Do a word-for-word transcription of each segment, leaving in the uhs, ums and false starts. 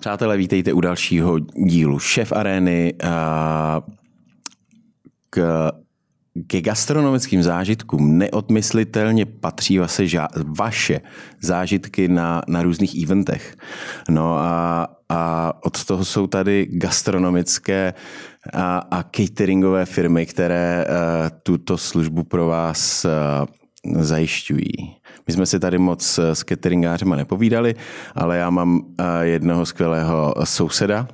Přátelé, vítejte u dalšího dílu Šéf Arény. K, ke gastronomickým zážitkům neodmyslitelně patří vaše, vaše zážitky na, na různých eventech. No a, a od toho jsou tady gastronomické a, a cateringové firmy, které tuto službu pro vás zajišťují. My jsme si tady moc s cateringářema nepovídali, ale já mám jednoho skvělého souseda,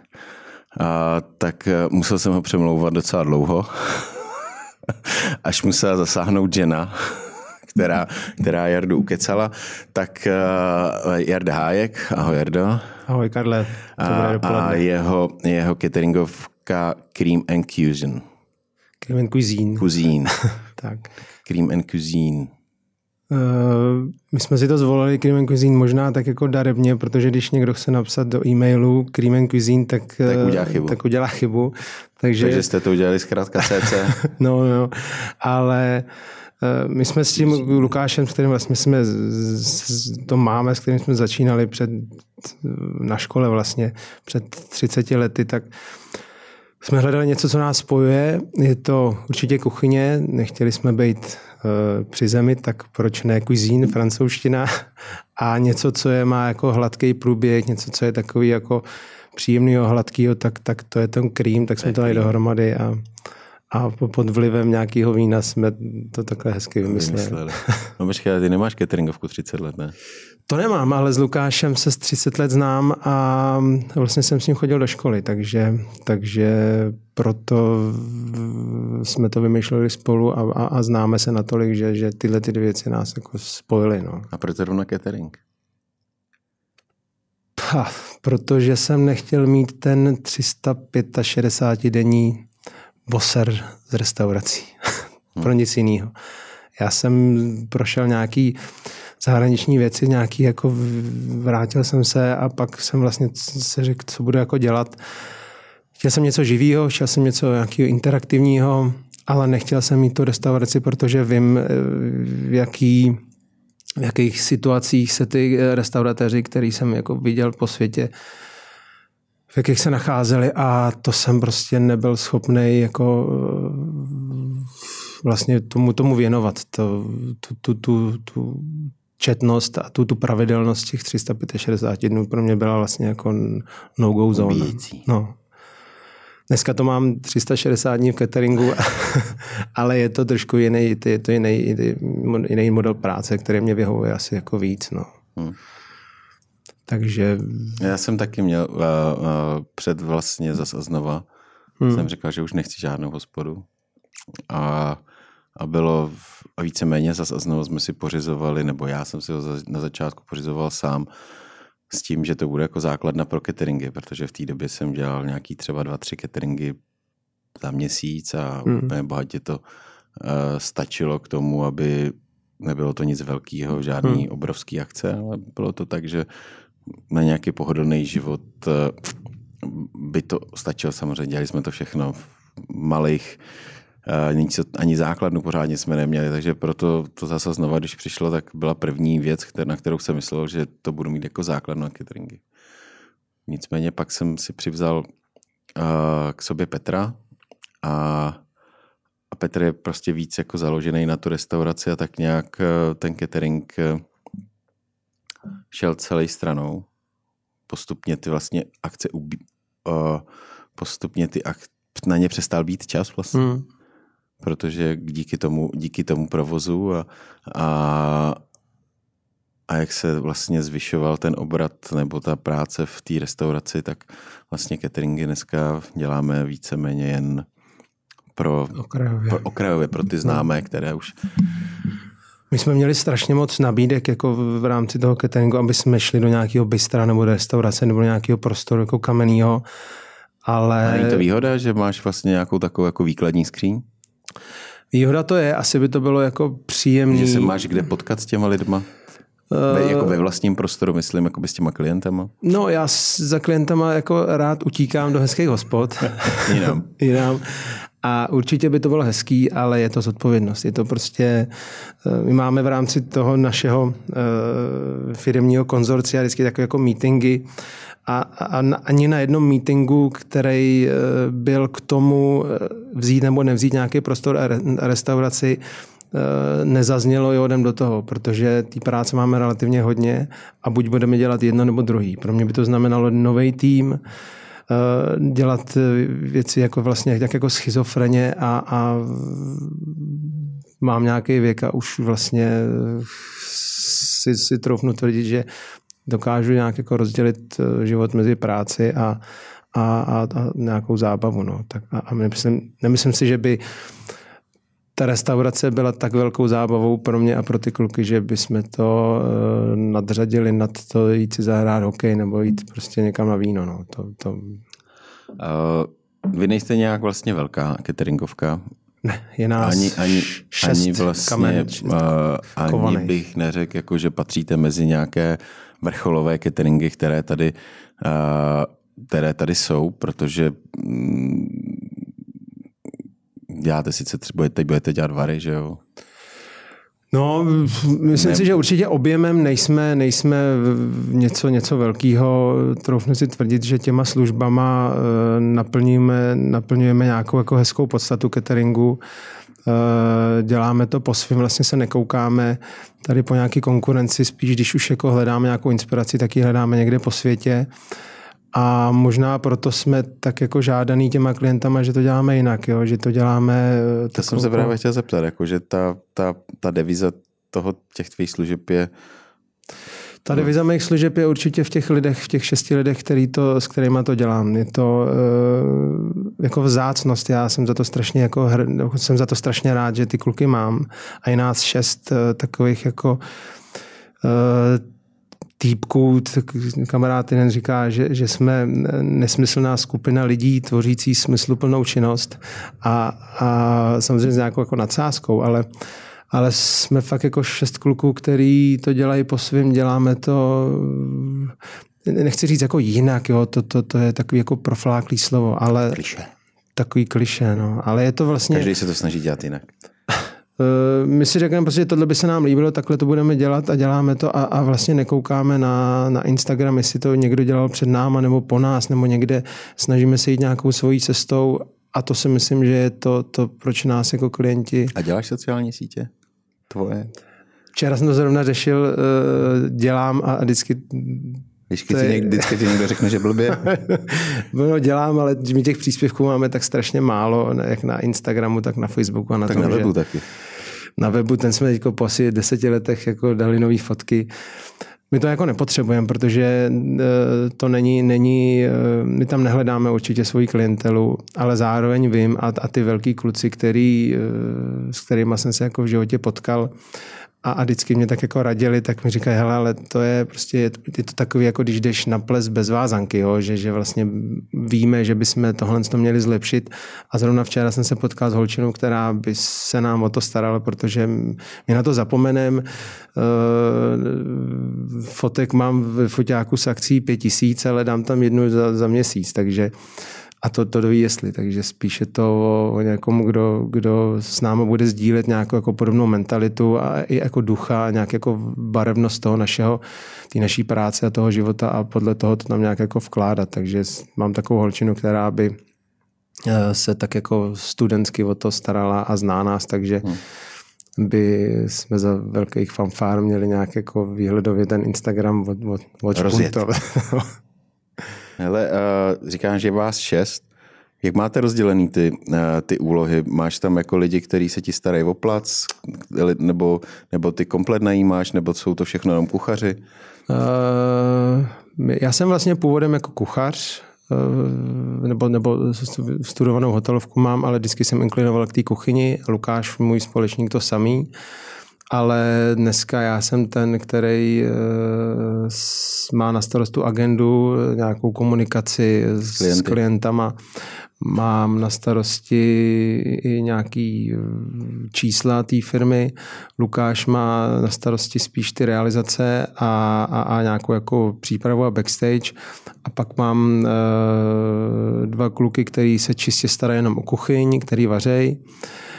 tak musel jsem ho přemlouvat docela dlouho, až musela zasáhnout žena, která, která Jardu ukecala. Tak Jarda Hájek, ahoj Jardo. Ahoj Karle, dobré dopoledne. A jeho, jeho cateringovka Cream and Cuisine. Cream and Cuisine. Cuisine. Tak. Cream and Cuisine. Uh, my jsme si to zvolili Cream and Cuisine možná tak jako darebně, protože když někdo chce napsat do e-mailu Cream and Cuisine, tak, tak udělá chybu. Tak udělá chybu. Takže, Takže jste to udělali zkrátka C C. no, no, ale uh, my jsme s tím Lukášem, s kterým vlastně jsme to máme, s kterým jsme začínali před, na škole vlastně před třiceti lety, tak jsme hledali něco, co nás spojuje. Je to určitě kuchyně, nechtěli jsme být uh, při zemi, tak proč ne cuisine, francouzština a něco, co je má jako hladký průběh, něco, co je takový jako příjemného, hladkýho, tak, tak to je ten cream, tak jsme to dali dohromady a, a pod vlivem nějakého vína jsme to takhle hezky vymysleli. vymysleli. No počkej, ty nemáš cateringovku třicet let, ne? To nemám, ale s Lukášem se z třicet let znám a vlastně jsem s ním chodil do školy, takže, takže proto jsme to vymýšleli spolu a, a, a známe se natolik, že, že tyhle ty dvě věci nás jako spojily. No. A proč jdu na catering? Ha, protože jsem nechtěl mít ten tři sta šedesát pět denní boser z restaurací. Pro nic jiného. Já jsem prošel nějaký zahraniční věci, nějaký jako vrátil jsem se a pak jsem vlastně se řekl, co budu jako dělat. Chtěl jsem něco živého, chtěl jsem něco nějakého interaktivního, ale nechtěl jsem mít tu restauraci, protože vím, v, jaký, v jakých situacích se ty restauratéři, který jsem jako viděl po světě, v jakých se nacházeli a to jsem prostě nebyl schopný jako vlastně tomu, tomu věnovat. To, tu, tu, tu, tu četnost a tu, tu pravidelnost těch tři sta šedesát pět dnů pro mě byla vlastně jako no-go zóna. No. Dneska to mám tři sta šedesát dní v cateringu, ale je to trošku jiný, je to jiný, jiný model práce, který mě vyhovuje asi jako víc. No. Hmm. Takže... Já jsem taky měl uh, uh, před vlastně zas a znova. Hmm. Jsem říkal, že už nechci žádnou hospodu. A, a bylo a víceméně zas a znovu jsme si pořizovali, nebo já jsem si ho za, na začátku pořizoval sám s tím, že to bude jako základna pro cateringy, protože v té době jsem dělal nějaký třeba dva, tři cateringy za měsíc a hmm. úplně bohatě to uh, stačilo k tomu, aby nebylo to nic velkého, žádný hmm. obrovský akce, ale bylo to tak, že na nějaký pohodlný život uh, by to stačilo samozřejmě. Dělali jsme to všechno v malých Uh, nic, ani základnu pořádně jsme neměli, takže proto to zase znova, když přišlo, tak byla první věc, která, na kterou jsem myslel, že to budu mít jako základnu na cateringy. Nicméně pak jsem si přivzal uh, k sobě Petra a, a Petr je prostě víc jako založený na tu restauraci a tak nějak uh, ten catering uh, šel celý stranou. Postupně ty vlastně akce ubí, uh, postupně ty akce na ně přestal být čas vlastně. Hmm. Protože díky tomu, díky tomu provozu a, a, a jak se vlastně zvyšoval ten obrat nebo ta práce v té restauraci, tak vlastně cateringy dneska děláme víceméně jen pro okrajově, pro, okrajově, pro ty známé, které už... My jsme měli strašně moc nabídek jako v rámci toho cateringu, aby jsme šli do nějakého bystra nebo do restaurace nebo do nějakého prostoru jako kamenného. Ale... A je to výhoda, že máš vlastně nějakou takovou jako výkladní skříň? Výhoda to je, asi by to bylo jako příjemný. Že se máš kde potkat s těma lidma? Uh, ve, jako ve vlastním prostoru, myslím, jako by s těma klientama? No, já za klientama jako rád utíkám do hezkých hospod. Jinam. Jinam. A určitě by to bylo hezký, ale je to zodpovědnost. Je to prostě, my máme v rámci toho našeho firemního konzorcia vždycky takové jako meetingy a, a ani na jednom meetingu, který byl k tomu vzít nebo nevzít nějaký prostor a restauraci, nezaznělo, jo, jdem do toho, protože té práce máme relativně hodně a buď budeme dělat jedno nebo druhý. Pro mě by to znamenalo nový tým, dělat věci jako vlastně jak jako schizofreně a, a mám nějaký věk a už vlastně si, si troufnu tvrdit, že dokážu nějak jako rozdělit život mezi práci a, a, a, a nějakou zábavu. No. Tak a, a nemyslím, nemyslím si, že by ta restaurace byla tak velkou zábavou pro mě a pro ty kluky, že bychom to uh, nadřadili nad to jít si zahrát hokej nebo jít prostě někam na víno. No. To, to... Uh, vy nejste nějak vlastně velká cateringovka. Ne, je nás ani, ani, šest ani vlastně, kamen, uh, ani bych neřekl, jako, že patříte mezi nějaké vrcholové cateringy, které tady, uh, které tady jsou, protože um, děláte sice třeba, teď budete dělat vary, že jo? No, myslím ne. si, že určitě objemem nejsme, nejsme něco, něco velkého. Troufnu si tvrdit, že těma službama naplníme, naplňujeme nějakou jako hezkou podstatu cateringu. Děláme to po svým, vlastně se nekoukáme tady po nějaké konkurenci, spíš když už jako hledáme nějakou inspiraci, tak ji hledáme někde po světě. A možná proto jsme tak jako žádaný těma klientama, že to děláme jinak, jo? Že to děláme... To jsem se právě chtěl zeptat, jako, že ta, ta, ta deviza toho, těch tvých služeb je... Ta deviza mých služeb je určitě v těch lidech, v těch šesti lidech, který to, s kterýma to dělám. Je to uh, jako vzácnost. Já jsem za to strašně jako hr, jsem za to strašně rád, že ty kluky mám. A je nás šest uh, takových jako uh, týpků, kamarád jeden říká, že, že jsme nesmyslná skupina lidí tvořící smysluplnou činnost a, a samozřejmě s nějakou jako nadsázkou, ale, ale jsme fakt jako šest kluků, který to dělají po svým, děláme to, nechci říct jako jinak, jo, to, to, to je takový jako profláklý slovo, ale kliše. Takový kliše, no, ale je to vlastně... Každý se to snaží dělat jinak. My si řekneme, prostě tohle by se nám líbilo, takhle to budeme dělat a děláme to a, a vlastně nekoukáme na, na Instagram, jestli to někdo dělal před náma nebo po nás, nebo někde snažíme se jít nějakou svojí cestou a to si myslím, že je to, to proč nás jako klienti... A děláš sociální sítě? Tvoje? Včera jsem to zrovna řešil, dělám a vždycky... Vždycky ti, někdo, vždycky ti někdo řekne, že blbě? No, dělám, ale my těch příspěvků máme tak strašně málo, jak na Instagramu, tak na Facebooku. A na tak tom, na webu že... taky. Na webu, ten jsme teď po asi deseti letech jako dali nový fotky. My to jako nepotřebujeme, protože to není, není, my tam nehledáme určitě svoji klientelu, ale zároveň vím a, a ty velký kluci, který, s kterýma jsem se jako v životě potkal, A, a vždycky mě tak jako radili, tak mi říkají, hele, ale to je prostě, je to, je to takový, jako když jdeš na ples bez vázanky, jo? Že, že vlastně víme, že bychom tohle to měli zlepšit. A zrovna včera jsem se potkal s holčinou, která by se nám o to starala, protože my na to zapomenem. Fotek mám v foťáku s akcí pět tisíc, ale dám tam jednu za, za měsíc, takže a to, to doví jestli, takže spíše to o někomu, kdo, kdo s námi bude sdílet nějakou jako podobnou mentalitu a i jako ducha, nějak jako barevnost toho našeho, té naší práce a toho života a podle toho to tam nějak jako vkládat. Takže mám takovou holčinu, která by se tak jako studentsky o to starala a zná nás, takže hmm. by jsme za velkých fanfár měli nějak jako výhledově ten Instagram od, od, od špuntovat. Hele, uh, říkám, že je vás šest. Jak máte rozdělený ty, uh, ty úlohy? Máš tam jako lidi, kteří se ti starají o plac? Nebo, nebo ty komplet najímáš? Nebo jsou to všechno jenom kuchaři? Uh, já jsem vlastně původem jako kuchař, uh, nebo, nebo studovanou hotelovku mám, ale vždycky jsem inklinoval k té kuchyni. Lukáš, můj společník, to samý. Ale dneska já jsem ten, který má na starost tu agendu, nějakou komunikaci s, s klientama. Mám na starosti i nějaký čísla té firmy. Lukáš má na starosti spíš ty realizace a, a, a nějakou jako přípravu a backstage. A pak mám uh, dva kluky, který se čistě starají jenom o kuchyň, který vařejí.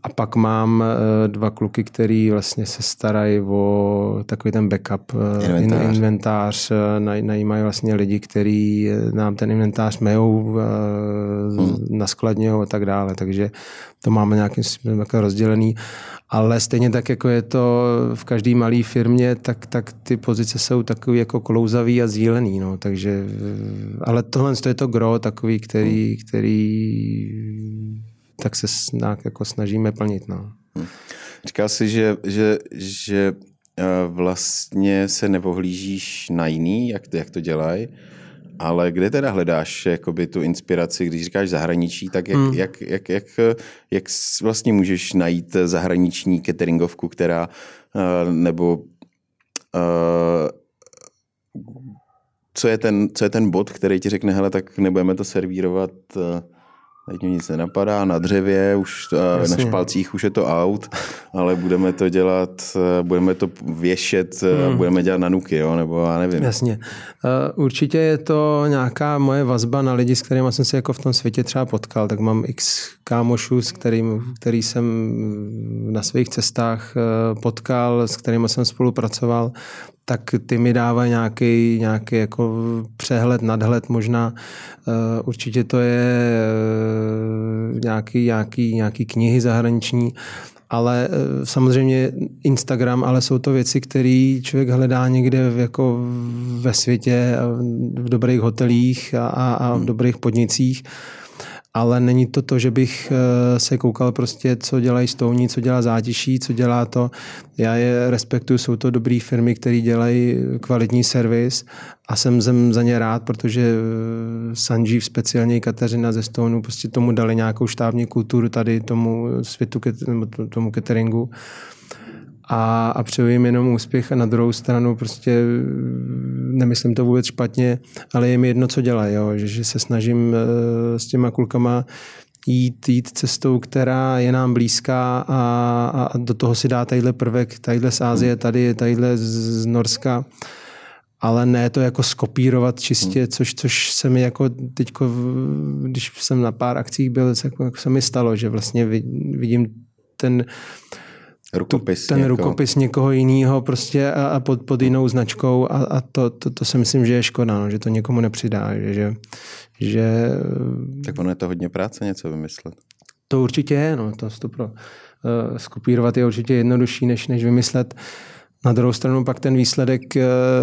A pak mám dva kluky, který vlastně se starají o takový ten backup, inventář, inventář najímají vlastně lidi, kteří nám ten inventář mejou, hmm. naskladňují a tak dále, takže to máme nějakým způsobem jako rozdělený. Ale stejně tak, jako je to v každé malé firmě, tak, tak ty pozice jsou takový jako klouzavý a sdílený. No. Takže, ale tohle je to gro takový, který, který tak se nějak jako snažíme plnit. No. Říkal jsi, že, že, že vlastně se nepohlížíš na jiný, jak to, jak to dělají, ale kde teda hledáš jakoby tu inspiraci, když říkáš zahraničí, tak jak, hmm. jak, jak, jak, jak vlastně můžeš najít zahraniční cateringovku, která nebo co je ten, co je ten bod, který ti řekne, hele, tak nebudeme to servírovat, teď mi nic nenapadá, na dřevě, už Jasně. na špalcích už je to out, ale budeme to dělat, budeme to věšet a hmm. budeme dělat na nuky, jo, nebo já nevím. Jasně. Určitě je to nějaká moje vazba na lidi, s kterými jsem se jako v tom světě třeba potkal, tak mám x kámošů, s kterým, který jsem na svých cestách potkal, s kterými jsem spolupracoval, tak ty mi dávají nějaký, nějaký jako přehled, nadhled možná. Určitě to je nějaký, nějaký, nějaký knihy zahraniční, ale samozřejmě Instagram, ale jsou to věci, které člověk hledá někde jako ve světě, v dobrých hotelích a, a v dobrých podnicích. Ale není to to, že bych se koukal prostě, co dělají Stouní, co dělá Zátiší, co dělá to. Já je respektuju, jsou to dobré firmy, které dělají kvalitní servis a jsem za ně rád, protože Sanjeev, speciálně Kateřina ze Stounu, prostě tomu dali nějakou štábní kulturu tady tomu světu, tomu cateringu. A, a přeju jim jenom úspěch a na druhou stranu prostě nemyslím to vůbec špatně, ale je mi jedno, co dělají, jo? Že, že se snažím s těma klukama jít, jít cestou, která je nám blízká a, a do toho si dá tadyhle prvek, tadyhle z Ázie, tady, tadyhle z Norska, ale ne to jako skopírovat čistě, což, což se mi jako teďko, když jsem na pár akcích byl, jako, jako se mi stalo, že vlastně vidím ten Rukopis ten někoho. rukopis někoho jiného prostě a, a pod, pod jinou značkou a, a to, to, to si myslím, že je škoda, no, že to někomu nepřidá. Že, že, že, tak ono je to hodně práce něco vymyslet. To určitě je, no, to stopro. Uh, skopírovat je určitě jednodušší, než, než vymyslet. Na druhou stranu pak ten výsledek uh,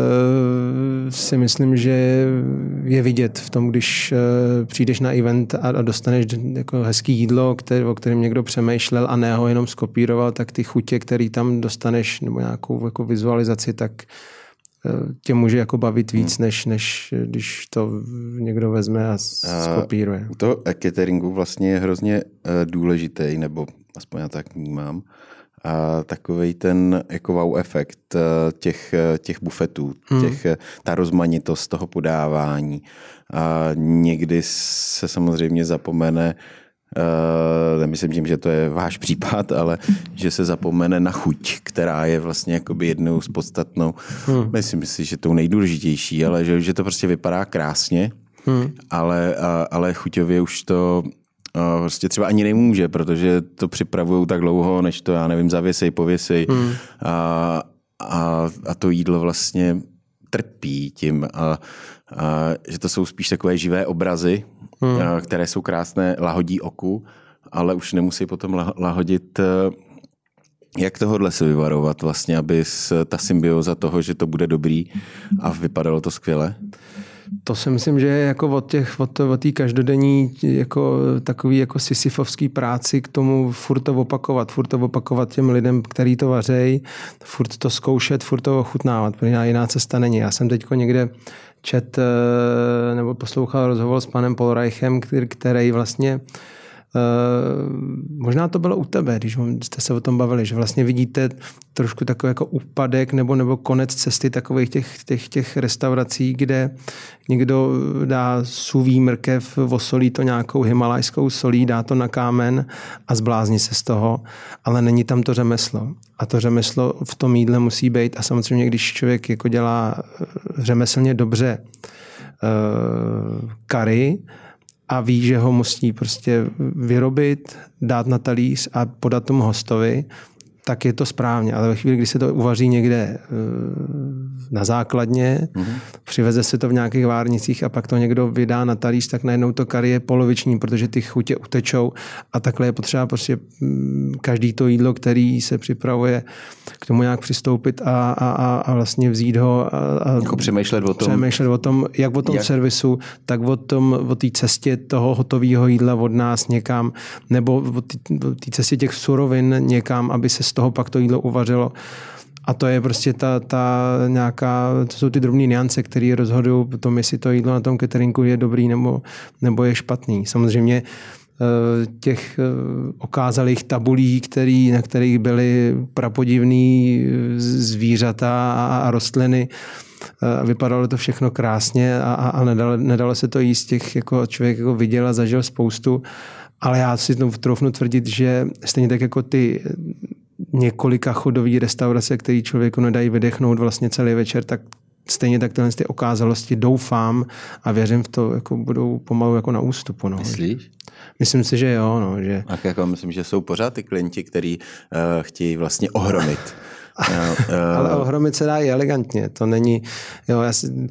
si myslím, že je vidět v tom, když uh, přijdeš na event a, a dostaneš jako hezký jídlo, který, o kterém někdo přemýšlel a ne ho jenom skopíroval, tak ty chutě, který tam dostaneš, nebo nějakou jako vizualizaci, tak uh, tě může jako bavit víc, hmm. než, než když to někdo vezme a skopíruje. U toho cateringu vlastně je hrozně uh, důležitý, nebo aspoň já tak vnímám, a takovej ten jako wow efekt těch, těch bufetů, hmm. těch, ta rozmanitost toho podávání. A někdy se samozřejmě zapomene, uh, nemyslím tím, že to je váš případ, ale že se zapomene na chuť, která je vlastně jakoby jednou z podstatnou, hmm. myslím si, že tou nejdůležitější, ale že, že to prostě vypadá krásně, hmm. ale, a, ale chuťově už to a prostě třeba ani nemůže, protože to připravujou tak dlouho, než to, já nevím, zavěsej, pověsej hmm. a, a, a to jídlo vlastně trpí tím, a, a, že to jsou spíš takové živé obrazy, hmm. a, které jsou krásné, lahodí oku, ale už nemusí potom lahodit. Jak tohodle se vyvarovat vlastně, aby ta symbioza toho, že to bude dobrý a vypadalo to skvěle? To si myslím, že je jako od těch, od, od té každodenní jako takový jako sisyfovský práci k tomu furt to opakovat, furt to opakovat těm lidem, který to vařejí, furt to zkoušet, furt to ochutnávat, protože jiná cesta není. Já jsem teďko někde čet nebo poslouchal rozhovor s panem Polreichem, který, který vlastně Uh, možná to bylo u tebe, když jste se o tom bavili, že vlastně vidíte trošku takový jako úpadek nebo, nebo konec cesty takových těch, těch, těch restaurací, kde někdo dá suví mrkev, osolí to nějakou himalajskou solí, dá to na kámen a zblázní se z toho, ale není tam to řemeslo. A to řemeslo v tom jídle musí být a samozřejmě, když člověk jako dělá řemeslně dobře uh, curry, a ví, že ho musí prostě vyrobit, dát na talíř a podat tomu hostovi, tak je to správně. Ale ve chvíli, kdy se to uvaří někde na základně, mm-hmm. přiveze se to v nějakých várnicích a pak to někdo vydá na talíř, tak najednou to kari je poloviční, protože ty chutě utečou a takhle je potřeba prostě každý to jídlo, který se připravuje, k tomu nějak přistoupit a, a, a vlastně vzít ho a, a jako přemýšlet o tom, přemýšlet o tom, jak o tom jak? servisu, tak o tom, o té cestě toho hotového jídla od nás někam, nebo o té cestě těch surovin někam, aby se z toho pak to jídlo uvařilo. A to je prostě ta, ta nějaká, to jsou ty drobné nuance, které rozhodují o tom, jestli to jídlo na tom cateringu je dobrý nebo, nebo je špatný. Samozřejmě těch okázalých tabulí, který, na kterých byly prapodivný zvířata a rostliny. Vypadalo to všechno krásně a, a nedalo, nedalo se to jíst. Těch jako člověk jako viděl a zažil spoustu. Ale já si to troufnu tvrdit, že stejně tak jako ty několika chodové restaurace, které člověku nedají vydechnout vlastně celý večer, tak stejně tak tyhle ty okázalosti doufám a věřím v to, jako budou pomalu jako na ústupu. No. Myslíš? Myslím si, že jo. No, že... Tak jako myslím, že jsou pořád ty klienti, kteří uh, chtějí vlastně ohromit. uh, uh... Ale ohromit se dá i elegantně. To není... Jo, já si...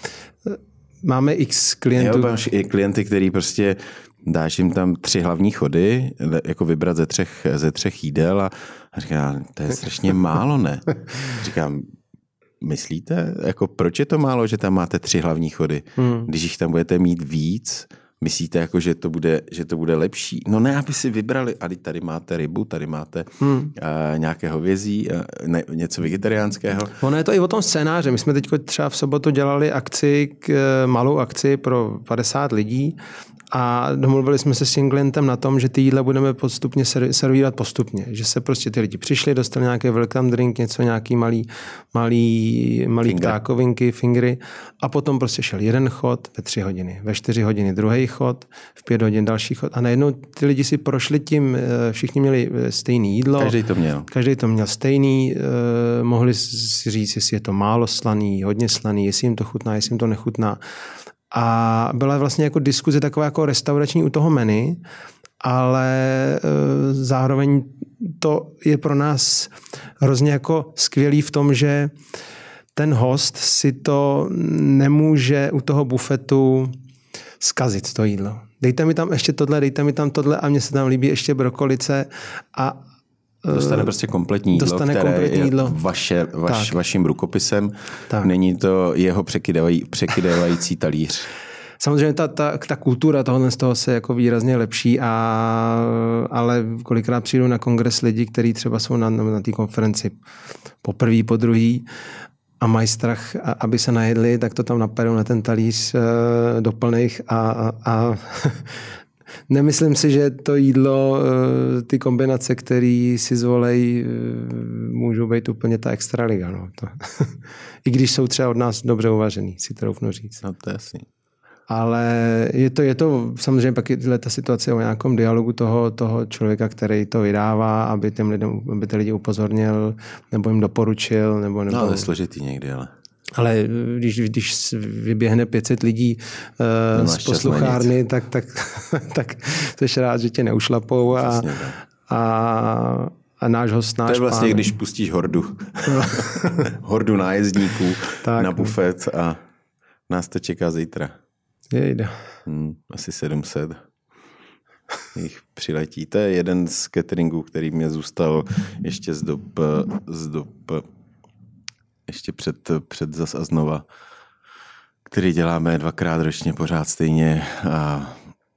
Máme x klientů. Jo, máš i klienty, který prostě dáš jim tam tři hlavní chody, jako vybrat ze třech, ze třech jídel a říkám, to je strašně málo, ne? Říkám, myslíte? Jako proč je to málo, že tam máte tři hlavní chody? Hmm. Když jich tam budete mít víc, myslíte, jako, že, to bude, že to bude lepší? No ne, aby si vybrali, a tady máte rybu, tady máte hmm. uh, nějaké hovězí, uh, ne, něco vegetariánského. Ono je to i o tom scénáři. My jsme teď třeba v sobotu dělali akci, k, malou akci pro padesát lidí a domluvili jsme se s tím klientem na tom, že ty jídla budeme postupně servírovat postupně. Že se prostě ty lidi přišli, dostali nějaký welcome drink, něco, nějaký malý, malý, malý Finger. ptákovinky, fingry a potom prostě šel jeden chod ve tři hodiny, ve čtyři hodiny druhý chod, v pět hodin další chod a najednou ty lidi si prošli tím, všichni měli stejný jídlo. Každý to měl. Každý to měl stejný, mohli si říct, jestli je to málo slaný, hodně slaný, jestli jim to chutná, jestli jim to nechutná. A byla vlastně jako diskuze taková jako restaurační u toho menu, ale e, zároveň to je pro nás hrozně jako skvělý v tom, že ten host si to nemůže u toho bufetu zkazit, to jídlo. Dejte mi tam ještě tohle, dejte mi tam tohle a mně se tam líbí ještě brokolice a dostane prostě kompletní jídlo, dostane které kompletní je jídlo. Vaše, vaš, vaším rukopisem. Tak. Není to jeho překydavaj, překydávající talíř. Samozřejmě ta, ta, ta kultura tohohle z toho se jako výrazně lepší, a, ale kolikrát přijdu na kongres lidi, kteří třeba jsou na, na té konferenci po prvý, po druhý a mají strach, aby se najedli, tak to tam napadou na ten talíř e, do plných a, a, a nemyslím si, že to jídlo, ty kombinace, které si zvolej, můžou být úplně ta extra liga. No. To. I když jsou třeba od nás dobře uvařený, si to doufnu říct. No to je jasný. Ale je to, je to samozřejmě pak je ta situace o nějakém dialogu toho, toho člověka, který to vydává, aby, těm lidem, aby ty lidi upozornil, nebo jim doporučil. Nebo, nebo... No, to je složitý někdy, ale... Ale když, když vyběhne pět set lidí uh, z posluchárny, tak, tak, tak jsi rád, že tě neušlapou a, a, a náš host, náš To je vlastně, pán. Když pustíš hordu. hordu nájezdníků tak, na bufet a nás to čeká zítra. Jejda. Hmm, asi sedm set jich přiletí. To je jeden z cateringů, který mě zůstal ještě z dob, z dob ještě před, před zas a znova, který děláme dvakrát ročně pořád stejně, a,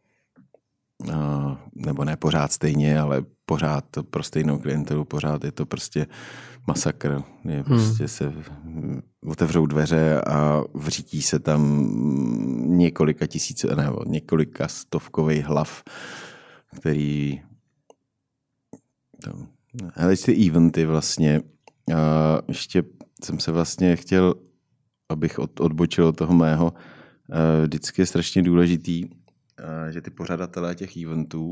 a, nebo ne pořád stejně, ale pořád pro stejnou klientelu, pořád je to prostě masakr. Je prostě hmm. se otevřou dveře a vřítí se tam několika tisíc, nebo několika stovkových hlav, který to, ale ty eventy vlastně a ještě jsem se vlastně chtěl, abych od, odbočil od toho mého, vždycky je strašně důležitý, že ty pořadatelé těch eventů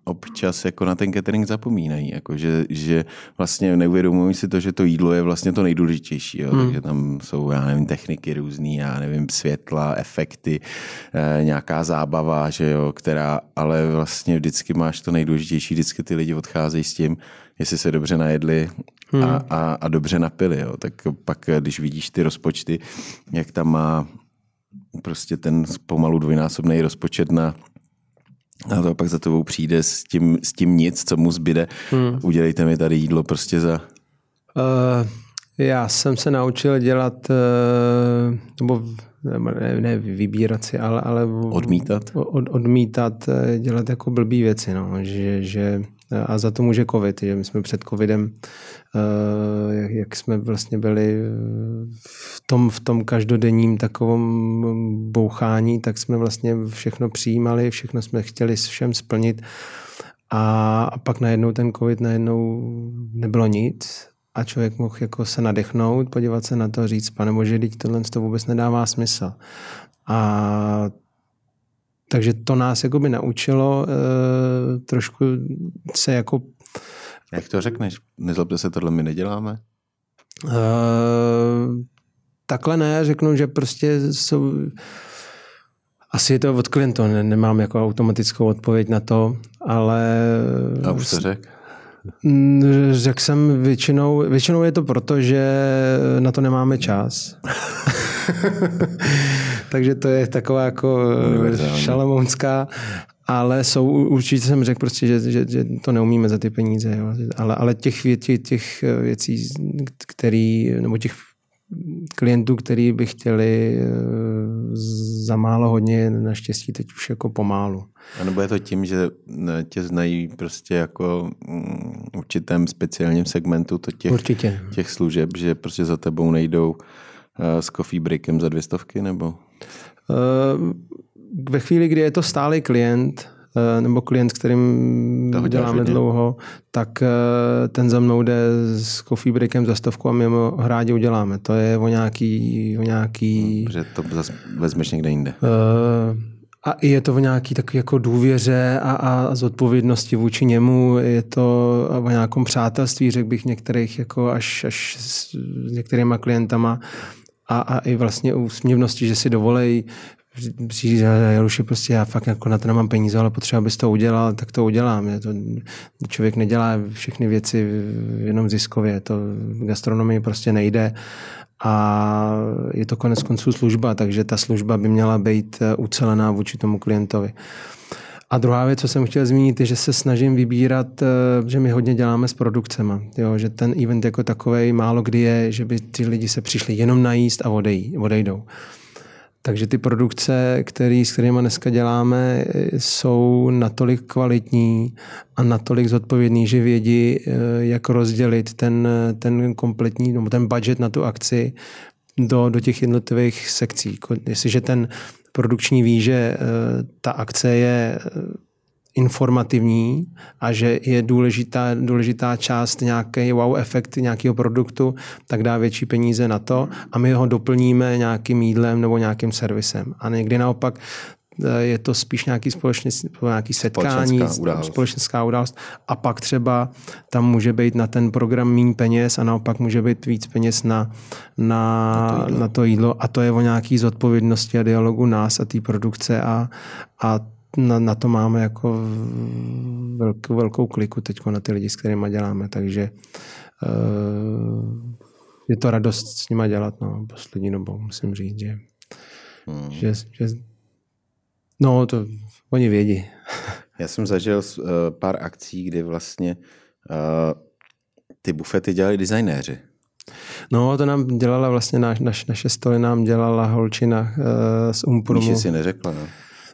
občas jako na ten catering zapomínají, jako že, že vlastně neuvědomují si to, že to jídlo je vlastně to nejdůležitější, jo? Hmm. Takže tam jsou, já nevím, techniky různý, já nevím, světla, efekty, eh, nějaká zábava, že jo, která, ale vlastně vždycky máš to nejdůležitější, vždycky ty lidi odcházejí s tím, jestli se dobře najedli hmm. a, a, a dobře napili, jo? Tak pak, když vidíš ty rozpočty, jak tam má prostě ten pomalu dvojnásobný rozpočet na a to pak za tebou přijde s tím, s tím nic, co mu zbyde. Hmm. Udělejte mi tady jídlo prostě za... Uh, já jsem se naučil dělat, uh, nebo ne, ne vybírat si, ale... ale odmítat? Od, odmítat, dělat jako blbý věci, no. Že, že, a za to může covid, že my jsme před covidem, uh, jak, jak jsme vlastně byli v tom, v tom každodenním takovém bouchání, tak jsme vlastně všechno přijímali, všechno jsme chtěli všem splnit a, a pak najednou ten covid najednou nebylo nic a člověk mohl jako se nadechnout, podívat se na to a říct, pane bože, teď tohle to vůbec nedává smysl. A takže to nás jakoby naučilo e, trošku se jako... Jak to řekneš? Nezlobte se, tohle my neděláme? E, takhle ne, řeknu, že prostě jsou... Asi je to od klientů, ne, nemám jako automatickou odpověď na to, ale... A už to řek? Řekl jsem většinou, většinou je to proto, že na to nemáme čas. Takže to je taková jako šalamounská, ale jsou, určitě jsem řekl prostě, že, že, že to neumíme za ty peníze, jo. Ale, ale těch, těch, těch věcí, který, nebo těch klientů, který by chtěli za málo hodně, naštěstí teď už jako pomálu. A nebo je to tím, že tě znají prostě jako v určitém speciálním segmentu to těch, Určitě. těch služeb, že prostě za tebou nejdou s coffee breakem za dvě stovky, nebo? Ve chvíli, kdy je to stálý klient, nebo klient, s kterým to děláme hodně dlouho, tak ten za mnou jde s coffee breakem za stovku a my ho rádi uděláme. To je o nějaký... O nějaký Protože to zase vezmeš někde jinde. A je to o nějaký takový jako důvěře a, a zodpovědnosti vůči němu. Je to o nějakém přátelství, řekl bych, některých jako až, až s některýma klientama a, a i vlastně úsměvnosti, že si dovolej přijít, Jaruši, prostě já fakt jako na to nemám peníze, ale potřeba, abys to udělal, tak to udělám. Je to, člověk nedělá všechny věci jenom ziskově, to v gastronomii prostě nejde a je to konec konců služba, takže ta služba by měla být ucelená vůči tomu klientovi. A druhá věc, co jsem chtěl zmínit, je, že se snažím vybírat, že my hodně děláme s produkcema. Jo, že ten event jako takovej málo kdy je, že by ty lidi se přišli jenom najíst a odej, odejdou. Takže ty produkce, který, s kterými dneska děláme, jsou natolik kvalitní a natolik zodpovědný, že vědí, jak rozdělit ten, ten kompletní, nebo ten budget na tu akci do, do těch jednotlivých sekcí. Jestliže ten produkční ví, že ta akce je informativní a že je důležitá, důležitá část nějaký wow efekt nějakého produktu, tak dá větší peníze na to a my ho doplníme nějakým jídlem nebo nějakým servisem. A někdy naopak je to spíš nějaký společný, nějaký setkání, společenská událost. společenská událost a pak třeba tam může být na ten program méně peněz a naopak může být víc peněz na, na, na, to, na to jídlo a to je o nějaký zodpovědnosti a dialogu nás a té produkce a, a Na, na to máme jako velkou, velkou kliku teď na ty lidi, s kterými děláme, takže uh, je to radost s nima dělat, no, poslední dobou, musím říct, že, hmm. že, že no, to oni vědí. Já jsem zažil uh, pár akcí, kdy vlastně uh, ty bufety dělali designéři. No, to nám dělala vlastně naš, naš, naše stoly nám dělala holčina uh, z Umprumu. Míši si neřekla, no.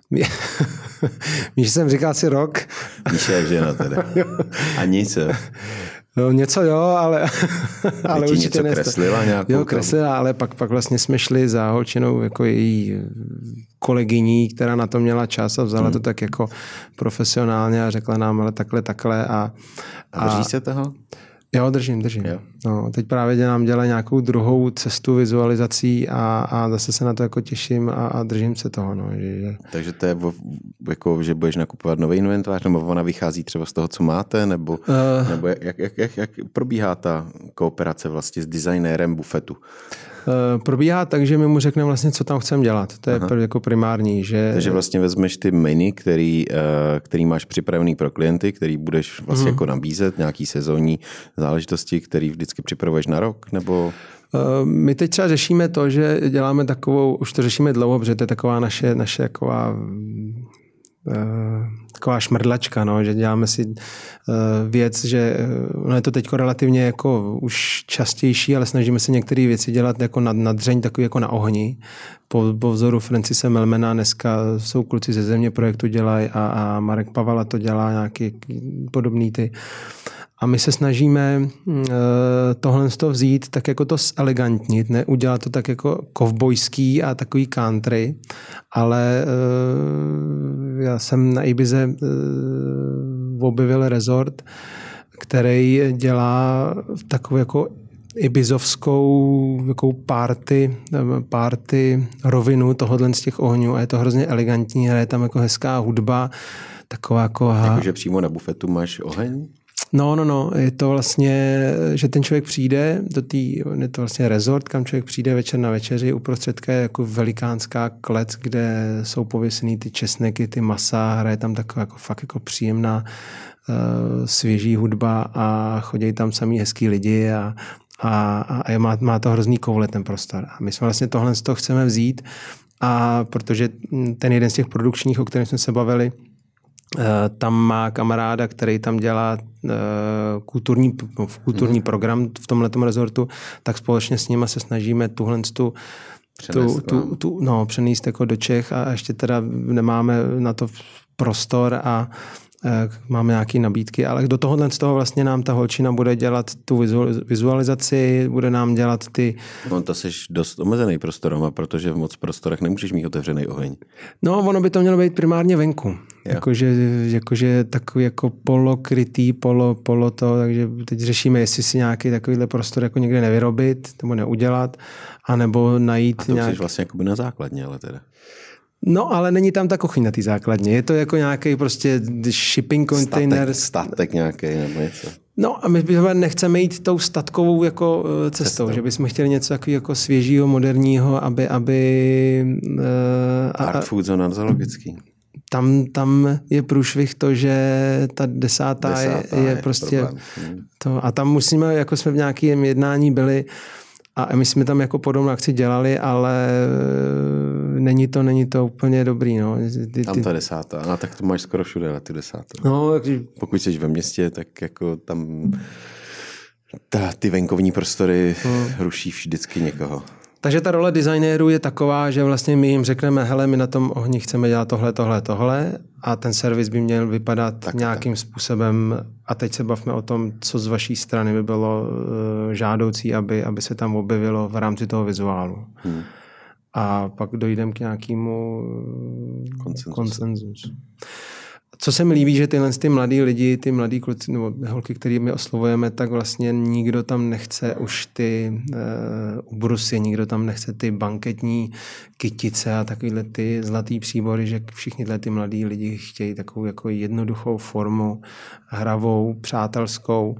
Míši jsem říkal asi rok. Míši je žena teda. A nic. No, něco jo, ale, ale určitě něco nesta. Kreslila nějakou? Jo, kreslila, ale pak, pak vlastně jsme šli za holčinou jako její kolegyní, která na to měla čas a vzala hmm. to tak jako profesionálně a řekla nám, ale takhle, takhle. A, a drží se toho? Jo, držím, držím. Jo. No, teď právě dělám dělat nějakou druhou cestu vizualizací a, a zase se na to jako těším a, a držím se toho. No, že, že... Takže to je, jako, že budeš nakupovat nový inventář, nebo ona vychází třeba z toho, co máte, nebo, uh... nebo jak, jak, jak, jak probíhá ta kooperace vlastně s designérem bufetu? Uh, probíhá tak, že my mu řekneme vlastně, co tam chceme dělat. To je pr- jako primární. Že... Takže vlastně vezmeš ty menu, který, uh, který máš připravený pro klienty, který budeš vlastně hmm. jako nabízet, nějaký sezónní záležitosti, který vždycky připravuješ na rok, nebo... Uh, my teď třeba řešíme to, že děláme takovou, už to řešíme dlouho, protože to je taková naše, naše taková... Uh, taková šmrdlačka, no, že děláme si uh, věc, že uh, je to teď relativně jako už častější, ale snažíme se některé věci dělat jako na, na dřeň, takový jako na ohni. Po, po vzoru Francise Melmana dneska jsou kluci ze Země projektu dělají a, a Marek Pavala to dělá nějaký podobný ty. A my se snažíme uh, tohle z toho vzít, tak jako to zelegantnit, ne udělat to tak jako kovbojský a takový country, ale uh, já jsem na Ibize uh, objevil resort, který dělá takovou jako ibizovskou jako party, party rovinu tohohle z těch ohňů a je to hrozně elegantní, je tam jako hezká hudba, taková jako... Jakože přímo na bufetu máš oheň? No, no, no, je to vlastně, že ten člověk přijde do té, je to vlastně resort, kam člověk přijde večer na večeři, uprostředka je jako velikánská klec, kde jsou pověsený ty česneky, ty masa, hraje tam taková jako fakt jako příjemná uh, svěží hudba a chodí tam samý hezký lidi a, a, a má, má to hrozný koule ten prostor. A my jsme vlastně tohle z toho chceme vzít a protože ten jeden z těch produkčních, o kterém jsme se bavili, tam má kamaráda, který tam dělá kulturní, kulturní program v tomhletom rezortu, tak společně s nima se snažíme tuhle tu, tu, tu, tu no, přenést jako do Čech a ještě teda nemáme na to prostor a máme nějaké nabídky, ale do tohohle z toho vlastně nám ta holčina bude dělat tu vizualizaci, bude nám dělat ty... No to jsi dost omezený prostorama, protože v moc prostorech nemůžeš mít otevřený oheň. No, ono by to mělo být primárně venku. Jakože jakože takový jako polokrytý, polo, polo to, takže teď řešíme, jestli si nějaký takovýhle prostor jako někde nevyrobit, nebo neudělat, anebo najít... A to nějak... chceš vlastně jakoby na základně, ale teda... No, ale není tam ta kuchyň na té základně. Je to jako nějaký prostě shipping container. Statek, statek nějaký nebo něco. No a my nechceme jít tou statkovou jako cestou, cestou. Že bychom chtěli něco takového jako svěžího, moderního, aby... aby uh, Art food zone zoologický. Tam, tam je průšvih to, že ta desátá, desátá je, je, je prostě hmm. to. A tam musíme, jako jsme v nějakém jednání byli, a my jsme tam jako podobnou akci dělali, ale není to, není to úplně dobrý. No. Ty, tam ta desátá, no, tak to máš skoro všude na ty desátá. No, takže... Pokud jsi ve městě, tak jako tam ta, ty venkovní prostory hmm. ruší vždycky někoho. Takže ta role designérů je taková, že vlastně my jim řekneme, hele, my na tom ohni chceme dělat tohle, tohle, tohle a ten servis by měl vypadat tak, nějakým tak. způsobem a teď se bavme o tom, co z vaší strany by bylo uh, žádoucí, aby, aby se tam objevilo v rámci toho vizuálu. Hmm. A pak dojdeme k nějakému uh, konsenzusu. Co se mi líbí, že tyhle ty mladí lidi, ty mladí kluci nebo holky, který my oslovujeme, tak vlastně nikdo tam nechce už ty uh, ubrusy, nikdo tam nechce ty banketní kytice a takovýhle ty zlatý příbory, že všichni ty mladí lidi chtějí takovou jako jednoduchou formu, hravou, přátelskou.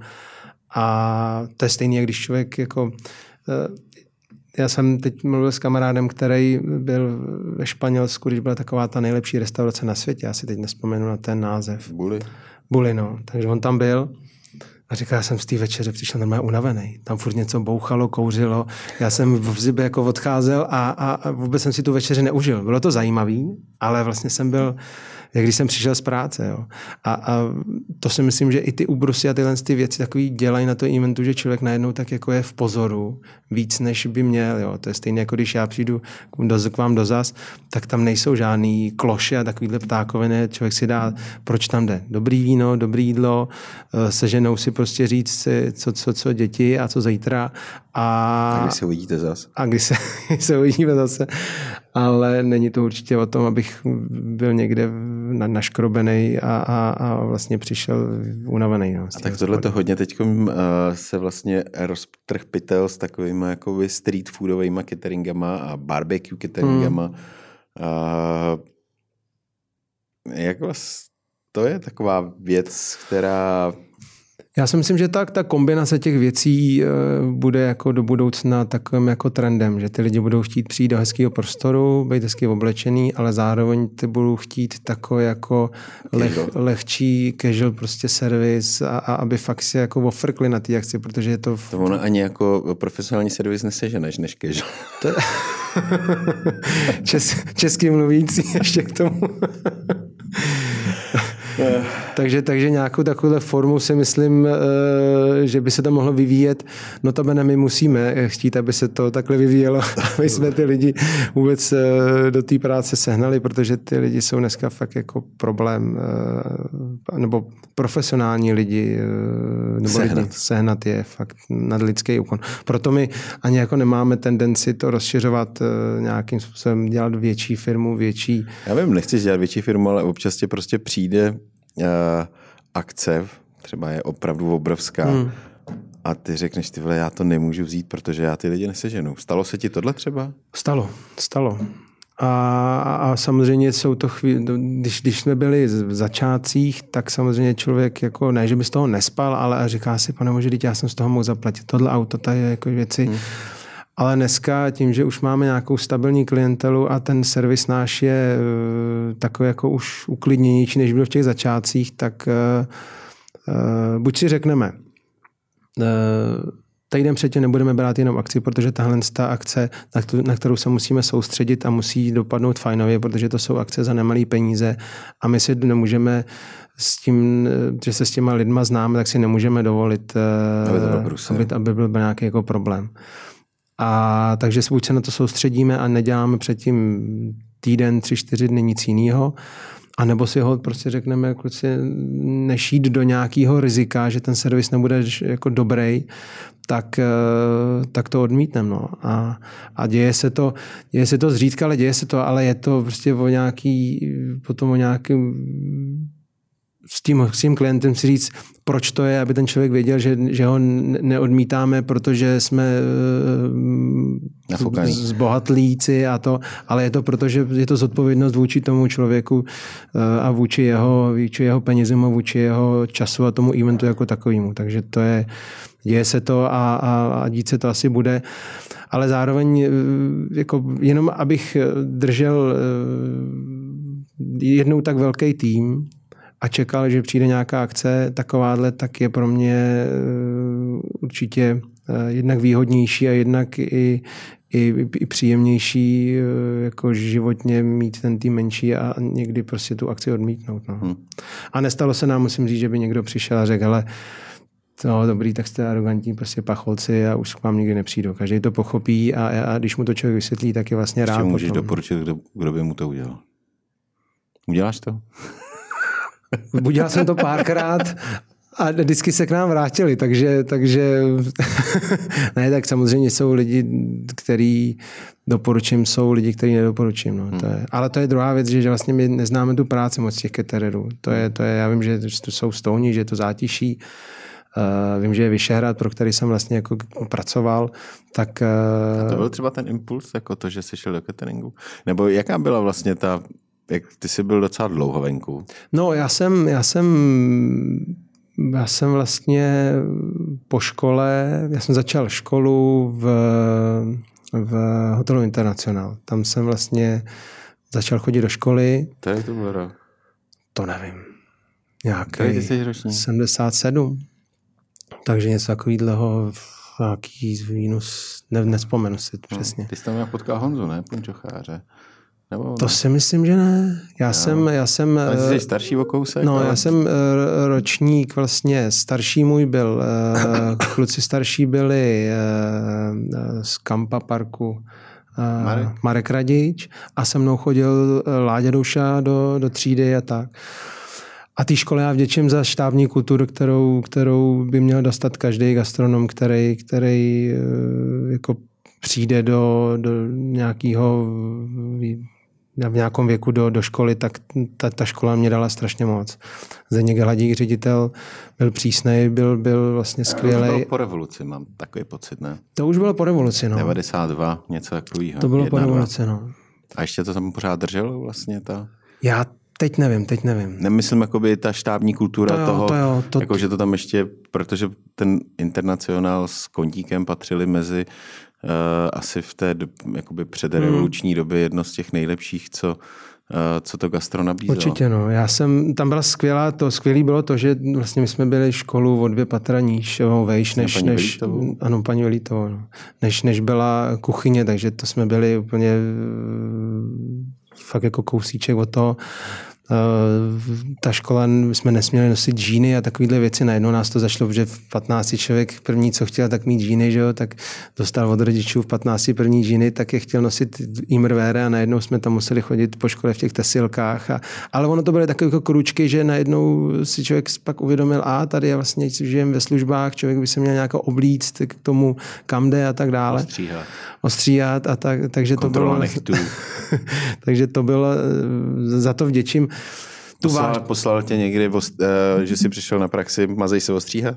A to je stejné, jak když člověk jako... Uh, Já jsem teď mluvil s kamarádem, který byl ve Španělsku, když byla taková ta nejlepší restaurace na světě. Já si teď nespomenu na ten název. Bulli. Bulli, no. Takže on tam byl a říkal, já jsem z té večeře přišel normálně unavený. Tam furt něco bouchalo, kouřilo. Já jsem v zibě jako odcházel a, a, a vůbec jsem si tu večeři neužil. Bylo to zajímavý, ale vlastně jsem byl, jak když jsem přišel z práce. Jo. A, a to si myslím, že i ty úbrusy a tyhle ty věci takový dělají na to eventu, že člověk najednou tak jako je v pozoru víc, než by měl. Jo. To je stejné, jako když já přijdu k vám do zas, tak tam nejsou žádný kloše a takovýhle ptákoviny. Člověk si dá, proč tam jde? Dobrý víno, dobrý jídlo, se ženou si prostě říct, co, co, co děti a co zítra. A, a když se uvidíte zase. A když se, když se uvidíme zase. ale není to určitě o tom, abych byl někde na, naškrobený a, a, a vlastně přišel unavený. No, a tak tohle to hodně teď uh, se vlastně roztrh pytel s takovými jakoby street foodovými cateringama a barbecue cateringama. Hmm. Uh, jak vás, to je taková věc, která... Já si myslím, že tak ta kombinace těch věcí bude jako do budoucna takovým jako trendem, že ty lidi budou chtít přijít do hezkého prostoru, být hezky oblečený, ale zároveň ty budou chtít takový jako leh, lehčí casual prostě servis a, a aby fakt si jako ofrkli na té akci, protože je to... V... To ono ani jako profesionální servis neseženeš než casual. To... Čes, český mluvící ještě k tomu. takže, takže nějakou takovou formu si myslím, že by se to mohlo vyvíjet. Notabene my musíme chtít, aby se to takhle vyvíjelo, aby jsme ty lidi vůbec do té práce sehnali, protože ty lidi jsou dneska fakt jako problém, nebo profesionální lidi, nebo sehnat. lidi sehnat je fakt nadlidský úkon. Proto my ani jako nemáme tendenci to rozšiřovat nějakým způsobem, dělat větší firmu, větší... Já vím, nechci dělat větší firmu, ale občas tě prostě přijde uh, akce, třeba je opravdu obrovská hmm. a ty řekneš, ty vole, já to nemůžu vzít, protože já ty lidi neseženu. Stalo se ti tohle třeba? Stalo, stalo. A, a samozřejmě jsou to chvíli, když, když jsme byli v začátcích, tak samozřejmě člověk jako, ne, že by z toho nespal, ale říká si, pane bože, já jsem z toho mohl zaplatit tohle auto, tady jako věci. Hmm. Ale dneska tím, že už máme nějakou stabilní klientelu a ten servis náš je uh, takový jako už uklidněnější, než byl v těch začátcích, tak uh, uh, buď si řekneme, uh, týden předtím nebudeme brát jenom akci, protože tahle ta akce, na, tu, na kterou se musíme soustředit a musí dopadnout fajnově, protože to jsou akce za nemalý peníze a my si nemůžeme s tím, že se s těma lidma známe, tak si nemůžeme dovolit, uh, aby, to byl aby, aby byl nějaký jako problém. A takže buď se na to soustředíme a neděláme předtím týden, tři, čtyři dny nic jiného, anebo si ho prostě řekneme, kluci, nešít do nějakého rizika, že ten servis nebude jako dobrý, tak, tak to odmítneme. No. A, a děje se to, děje se to zřídka, ale děje se to, ale je to prostě o nějaký, potom o nějakým s tím, s tím klientem si říct, proč to je, aby ten člověk věděl, že, že ho neodmítáme, protože jsme Nafukaný. zbohatlíci a to, ale je to proto, že je to zodpovědnost vůči tomu člověku a vůči jeho, vůči jeho penězům a vůči jeho času a tomu eventu jako takovému. Takže to je, děje se to a, a, a dít se to asi bude. Ale zároveň jako jenom abych držel jednou tak velký tým, a čekal, že přijde nějaká akce takováhle, tak je pro mě určitě jednak výhodnější a jednak i, i, i příjemnější jako životně mít ten tým menší a někdy prostě tu akci odmítnout. No. Hmm. A nestalo se nám, musím říct, že by někdo přišel a řekl, hele, no dobrý, tak jste arrogantní prostě pacholci a už k vám nikdy nepřijdu. Každý to pochopí a, a když mu to člověk vysvětlí, tak je vlastně rád. Ještě můžeš doporučit, kdo, kdo by mu to udělal? Uděláš to? Udělal jsem to párkrát a vždycky se k nám vrátili, takže, takže ne, tak samozřejmě jsou lidi, který doporučím, jsou lidi, který nedoporučím. No, to je, ale to je druhá věc, že, že vlastně my neznáme tu práci moc těch catererů. To je, to je, já vím, že to jsou stouni, že je to zátiší. Uh, vím, že je Vyšehrad, pro který jsem vlastně jako pracoval, tak... Uh... A to byl třeba ten impuls, jako to, že jsi šel do cateringu? Nebo jaká byla vlastně ta... Jak ty jsi byl docela dlouho venku? No, já jsem, já jsem, já jsem vlastně po škole, já jsem začal školu v, v hotelu International. Tam jsem vlastně začal chodit do školy. To je to bylo rok? To nevím. Nějaký sedmdesát sedm. Takže něco takového, nějaký výnos, ne, nevzpomenu si přesně. No, ty jsi tam nějak potkal Honzu, ne? Punčocháře. Nebo... To si myslím, že ne. Já no. jsem... Já jsem ale jsi starší o kousek? No, ale... já jsem ročník vlastně, starší můj byl, kluci starší byli z Kampa parku Marek, Marek Radič a se mnou chodil Láďa Douša do, do třídy a tak. A té škole já vděčím za štábní kulturu, kterou, kterou by měl dostat každý gastronom, který, který jako přijde do, do nějakého v nějakém věku do, do školy, tak ta, ta škola mě dala strašně moc. Zdeněk Hladík, ředitel, byl přísnej, byl, byl vlastně skvělý. To bylo po revoluci, mám takový pocit, ne? To už bylo po revoluci, no. devadesát dva, něco takového. To bylo po revoluci, no. A ještě to tam pořád drželo vlastně ta... Já teď nevím, teď nevím. Nemyslím, jakoby ta štábní kultura to jo, toho, to jo, to... jako, že to tam ještě, protože ten Internacionál s Koníkem patřili mezi uh, asi v té jakoby předrevoluční hmm. době jedno z těch nejlepších, co, uh, co to gastro nabízelo. Určitě, no. Já jsem, tam byla skvělá, to skvělý bylo to, že vlastně my jsme byli školu o dvě patra níž, vejš, než, paní než, ano, paní Velítovou, no. než, než byla kuchyně, takže to jsme byli úplně fakt jako kousíček od toho. Ta škola, jsme nesměli nosit džíny a takovéhle věci. Najednou nás to zašlo, že v patnácti člověk první, co chtěl, tak mít džíny, že jo, tak dostal od rodičů v patnácti první džíny, tak je chtěl nosit imrvére a najednou jsme tam museli chodit po škole v těch tesilkách. A, ale ono to byly takové jako kručky, že najednou si člověk pak uvědomil, a tady je vlastně, žijeme ve službách, člověk by se měl nějak oblíct k tomu, kam jde a tak dále. Ostříhat. Ostříhat a tak, takže to bylo... takže to bylo, za to vděčím. Poslal, váž... poslal tě někdy, že jsi přišel na praxi, mazej se ostříhat?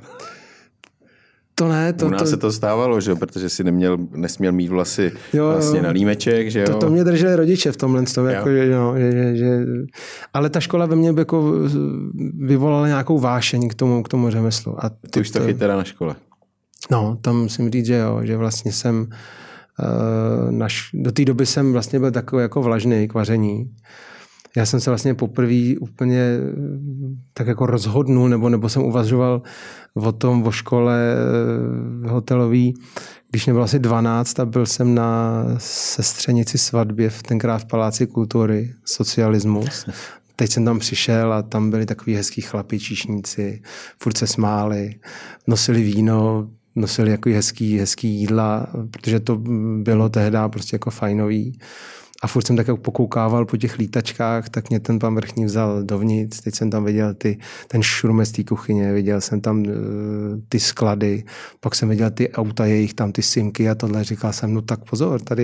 To ne. To, U nás to... se to stávalo, že? Protože si neměl, nesměl mít vlasy jo, vlastně na límeček. Že jo? To, to mě drželi rodiče v tomhle. Tom, jako, že, no, že, že, že... Ale ta škola ve mně jako vyvolala nějakou vášeň k tomu, k tomu řemeslu. A ty, ty už to chytala na škole. No, tam musím říct, že jo, že vlastně jsem uh, naš... do té doby jsem vlastně byl takový jako vlažný k vaření. Já jsem se vlastně poprvé úplně tak jako rozhodnul, nebo, nebo jsem uvažoval o tom, o škole hotelový, když mě bylo asi dvanáct a byl jsem na sestřenici svatbě, tenkrát v Paláci kultury, socialismus. Teď jsem tam přišel a tam byli takový hezký chlapi, číšníci, furt se smáli, nosili víno, nosili jako hezký, hezký jídla, protože to bylo tehdy prostě jako fajnový. A furt jsem tak pokoukával po těch lítačkách, tak mě ten pan vrchní vzal dovnitř. Teď jsem tam viděl ty, ten šurme z té kuchyně, viděl jsem tam uh, ty sklady, pak jsem viděl ty auta jejich, tam ty simky a tohle. Říkal jsem, no tak pozor, tady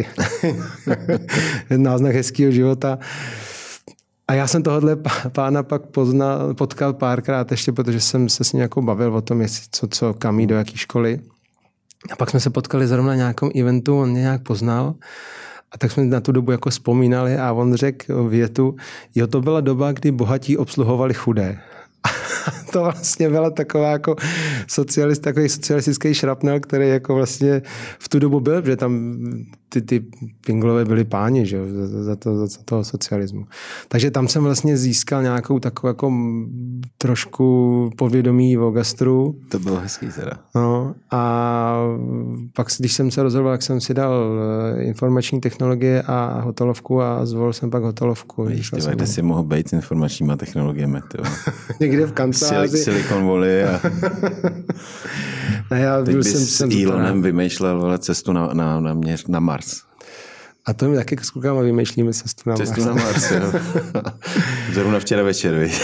náznak hezkého života. A já jsem tohohle pána pak poznal, potkal párkrát ještě, protože jsem se s ním jako bavil o tom, jestli co, co kam jít, do jaký školy. A pak jsme se potkali zrovna na nějakém eventu, on mě nějak poznal. A tak jsme na tu dobu jako vzpomínali a on řekl větu, jo, to byla doba, kdy bohatí obsluhovali chudé. To vlastně byla taková jako socialist, takový socialistický šrapnel, který jako vlastně v tu dobu byl, protože tam ty, ty pinglové byli páni, že, za, za, to, za toho socialismu. Takže tam jsem vlastně získal nějakou takovou jako trošku povědomí o gastru. To bylo hezký teda. No, a pak, když jsem se rozhodl, tak jsem si dal informační technologie a hotelovku a zvolil jsem pak hotelovku. Víš, tyhle, kde jsi mohl být s informačníma technologiemi? Někde v kanceláři. Silicon Valley. A... ne, já teď byl bys jsem, s jsem Elonem vymýšlel vole, cestu na, na, na, měř, na Mars. A to my taky s klukama vymýšlíme cestu na Mars. Cestu na Mars, jo. Zrovna včera večer, víš.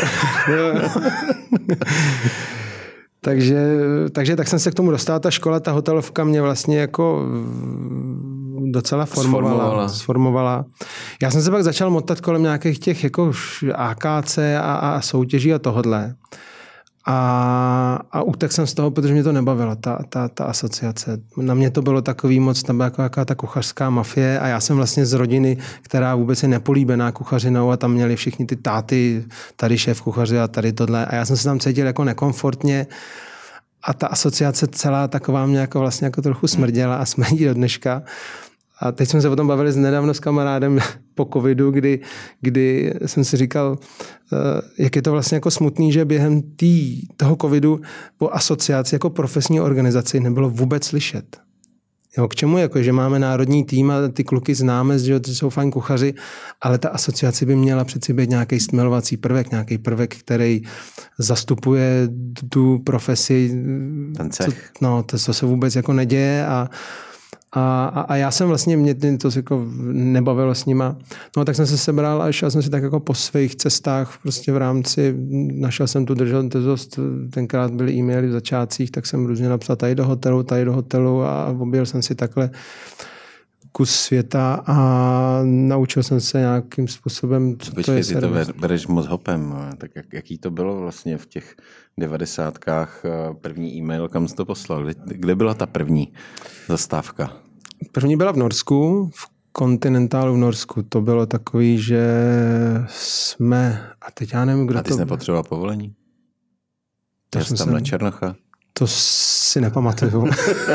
takže, takže tak jsem se k tomu dostal. Ta škola, ta hotelovka mě vlastně jako docela formovala, sformovala. sformovala. Já jsem se pak začal motat kolem nějakých těch jako A K C a, a soutěží a tohodle. A, a utek jsem z toho, protože mě to nebavilo, ta, ta, ta asociace. Na mě to bylo takový moc, tam byla jako jaká ta kuchařská mafie a já jsem vlastně z rodiny, která vůbec je nepolíbená kuchařinou a tam měli všichni ty táty, tady šéf kuchaře a tady tohle. A já jsem se tam cítil jako nekomfortně a ta asociace celá taková mě jako vlastně jako trochu smrděla a smrdí do dneška. A teď jsme se o tom bavili nedávno s kamarádem po covidu, kdy, kdy jsem si říkal, jak je to vlastně jako smutný, že během tý, toho covidu po asociaci jako profesní organizaci nebylo vůbec slyšet. Jo, k čemu? Jako, že máme národní tým a ty kluky známe, že to jsou fajn kuchaři, ale ta asociace by měla přeci být nějaký stmelovací prvek, nějaký prvek, který zastupuje tu profesi. Ten cech. Co, no, to, to se vůbec jako neděje a A, a, a já jsem vlastně, mě to jako nebavilo s nima. No tak jsem se sebral a šel jsem si tak jako po svých cestách prostě v rámci, našel jsem tu držitelnost, tenkrát byly e-maily v začátcích, tak jsem různě napsal tady do hotelu, tady do hotelu a objel jsem si takhle kus světa a naučil jsem se nějakým způsobem, co Počkej, to je ty to servis. bereš moc hopem. No. Tak jak, jaký to bylo vlastně v těch devadesátkách první e-mail, kam jsi to poslal? Kde, kde byla ta první zastávka? První byla v Norsku, v Continentalu v Norsku. To bylo takový, že jsme, a teď já nevím, kdo A ty to... jsi nepotřeboval povolení? To To jsi jsem tam se- na Černocha? To si nepamatuju.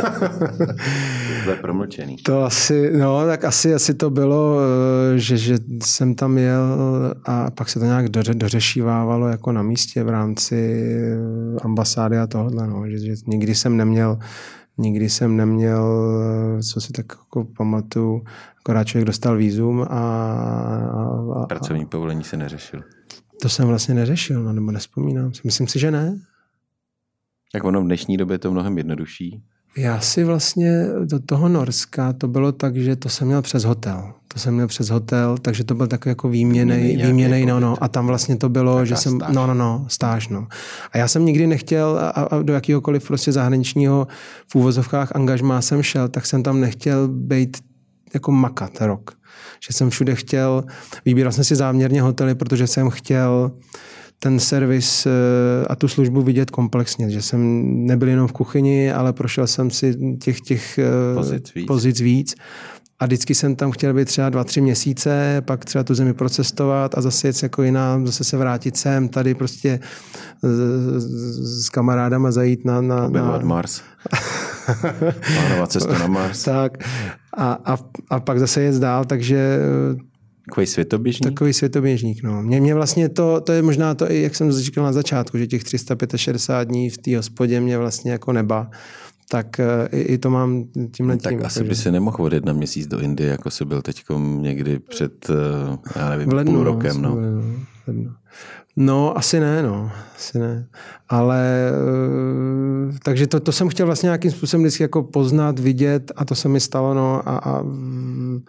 To je promlčený. To asi, no, tak asi, asi to bylo, eh, že, že jsem tam jel a pak se to nějak doře, dořešívávalo jako na místě v rámci eh, ambasády a tohohle, no, že, že nikdy jsem neměl, nikdy jsem neměl, eh, co si tak jako pamatuju, akorát člověk dostal vízum a, a, a Pracovní povolení se neřešil. to jsem vlastně neřešil, no, nebo nespomínám. Myslím si, že ne. Tak ono v dnešní době je to mnohem jednodušší. Já si vlastně do toho Norska, to bylo tak, že to jsem měl přes hotel. To jsem měl přes hotel, takže to byl takový jako výměnej, Výměnej výměnej, no, pobyt. no. A tam vlastně to bylo, Taká že jsem, stáž. no, no, no, stáž, no. A já jsem nikdy nechtěl, a, a do jakýhokoliv prostě zahraničního v úvozovkách angažmá jsem šel, tak jsem tam nechtěl být jako makat rok. Že jsem všude chtěl, vybíral jsem si záměrně hotely, protože jsem chtěl ten servis eh, a tu službu vidět komplexně, že jsem nebyl jenom v kuchyni, ale prošel jsem si těch, těch eh, Pozic víc. pozic víc. A vždycky jsem tam chtěl být třeba dva, tři měsíce, pak třeba tu zemi procestovat a zase jet jako jiná, zase se vrátit sem, tady prostě s, s kamarádama zajít na... na, Oběhovat na Mars. Plánovat cestu na Mars. tak. A, a, a pak zase jet dál, takže Takový světoběžník. takový světoběžník. No. Mě, mě vlastně to, to je možná to, i jak jsem říkal na začátku, že těch tři sta šedesát pět dní v té hospodě mě vlastně jako neba, tak i, i to mám tímhle Tak tím. asi takže- by si nemohl odjet na měsíc do Indie, jako jsi byl teď někdy před, eh, já nevím, v lednu, půl no, rokem. jsem No. byl, no, v lednu. No, asi ne, no. Asi ne. Ale eh, takže to, to jsem chtěl vlastně nějakým způsobem vždycky jako poznat, vidět a to se mi stalo, no a, a mm,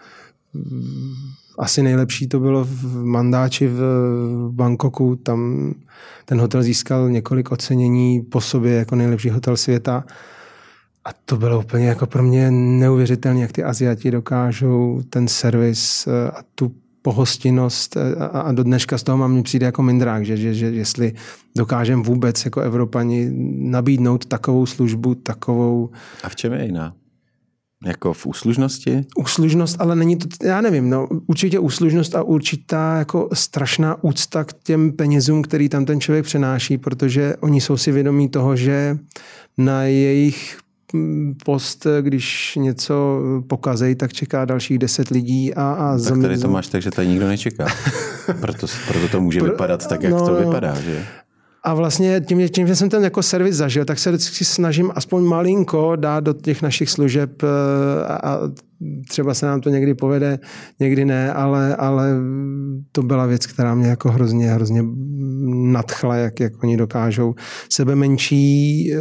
asi nejlepší to bylo v Mandáči v Bangkoku, tam ten hotel získal několik ocenění po sobě jako nejlepší hotel světa. A to bylo úplně jako pro mě neuvěřitelné, jak ty Aziati dokážou ten servis a tu pohostinnost a, a do dneška z toho mám mi přijde jako mindrák, že, že, že jestli dokážeme vůbec jako Evropani nabídnout takovou službu, takovou A v čem je jiná? Jako v úslužnosti? úslužnost, ale není to, já nevím, no, určitě úslužnost a určitá jako strašná úcta k těm penězům, který tam ten člověk přenáší, protože oni jsou si vědomí toho, že na jejich post, když něco pokazej, tak čeká dalších deset lidí a, a Tak zem- tady to máš tak, že tady nikdo nečeká. proto, proto to může vypadat tak, jak no, to no. vypadá, že? A vlastně tím, tím, že jsem ten jako servis zažil, tak se vždycky snažím aspoň malinko dát do těch našich služeb a, a třeba se nám to někdy povede, někdy ne, ale, ale to byla věc, která mě jako hrozně, hrozně nadchla, jak, jak oni dokážou sebe menší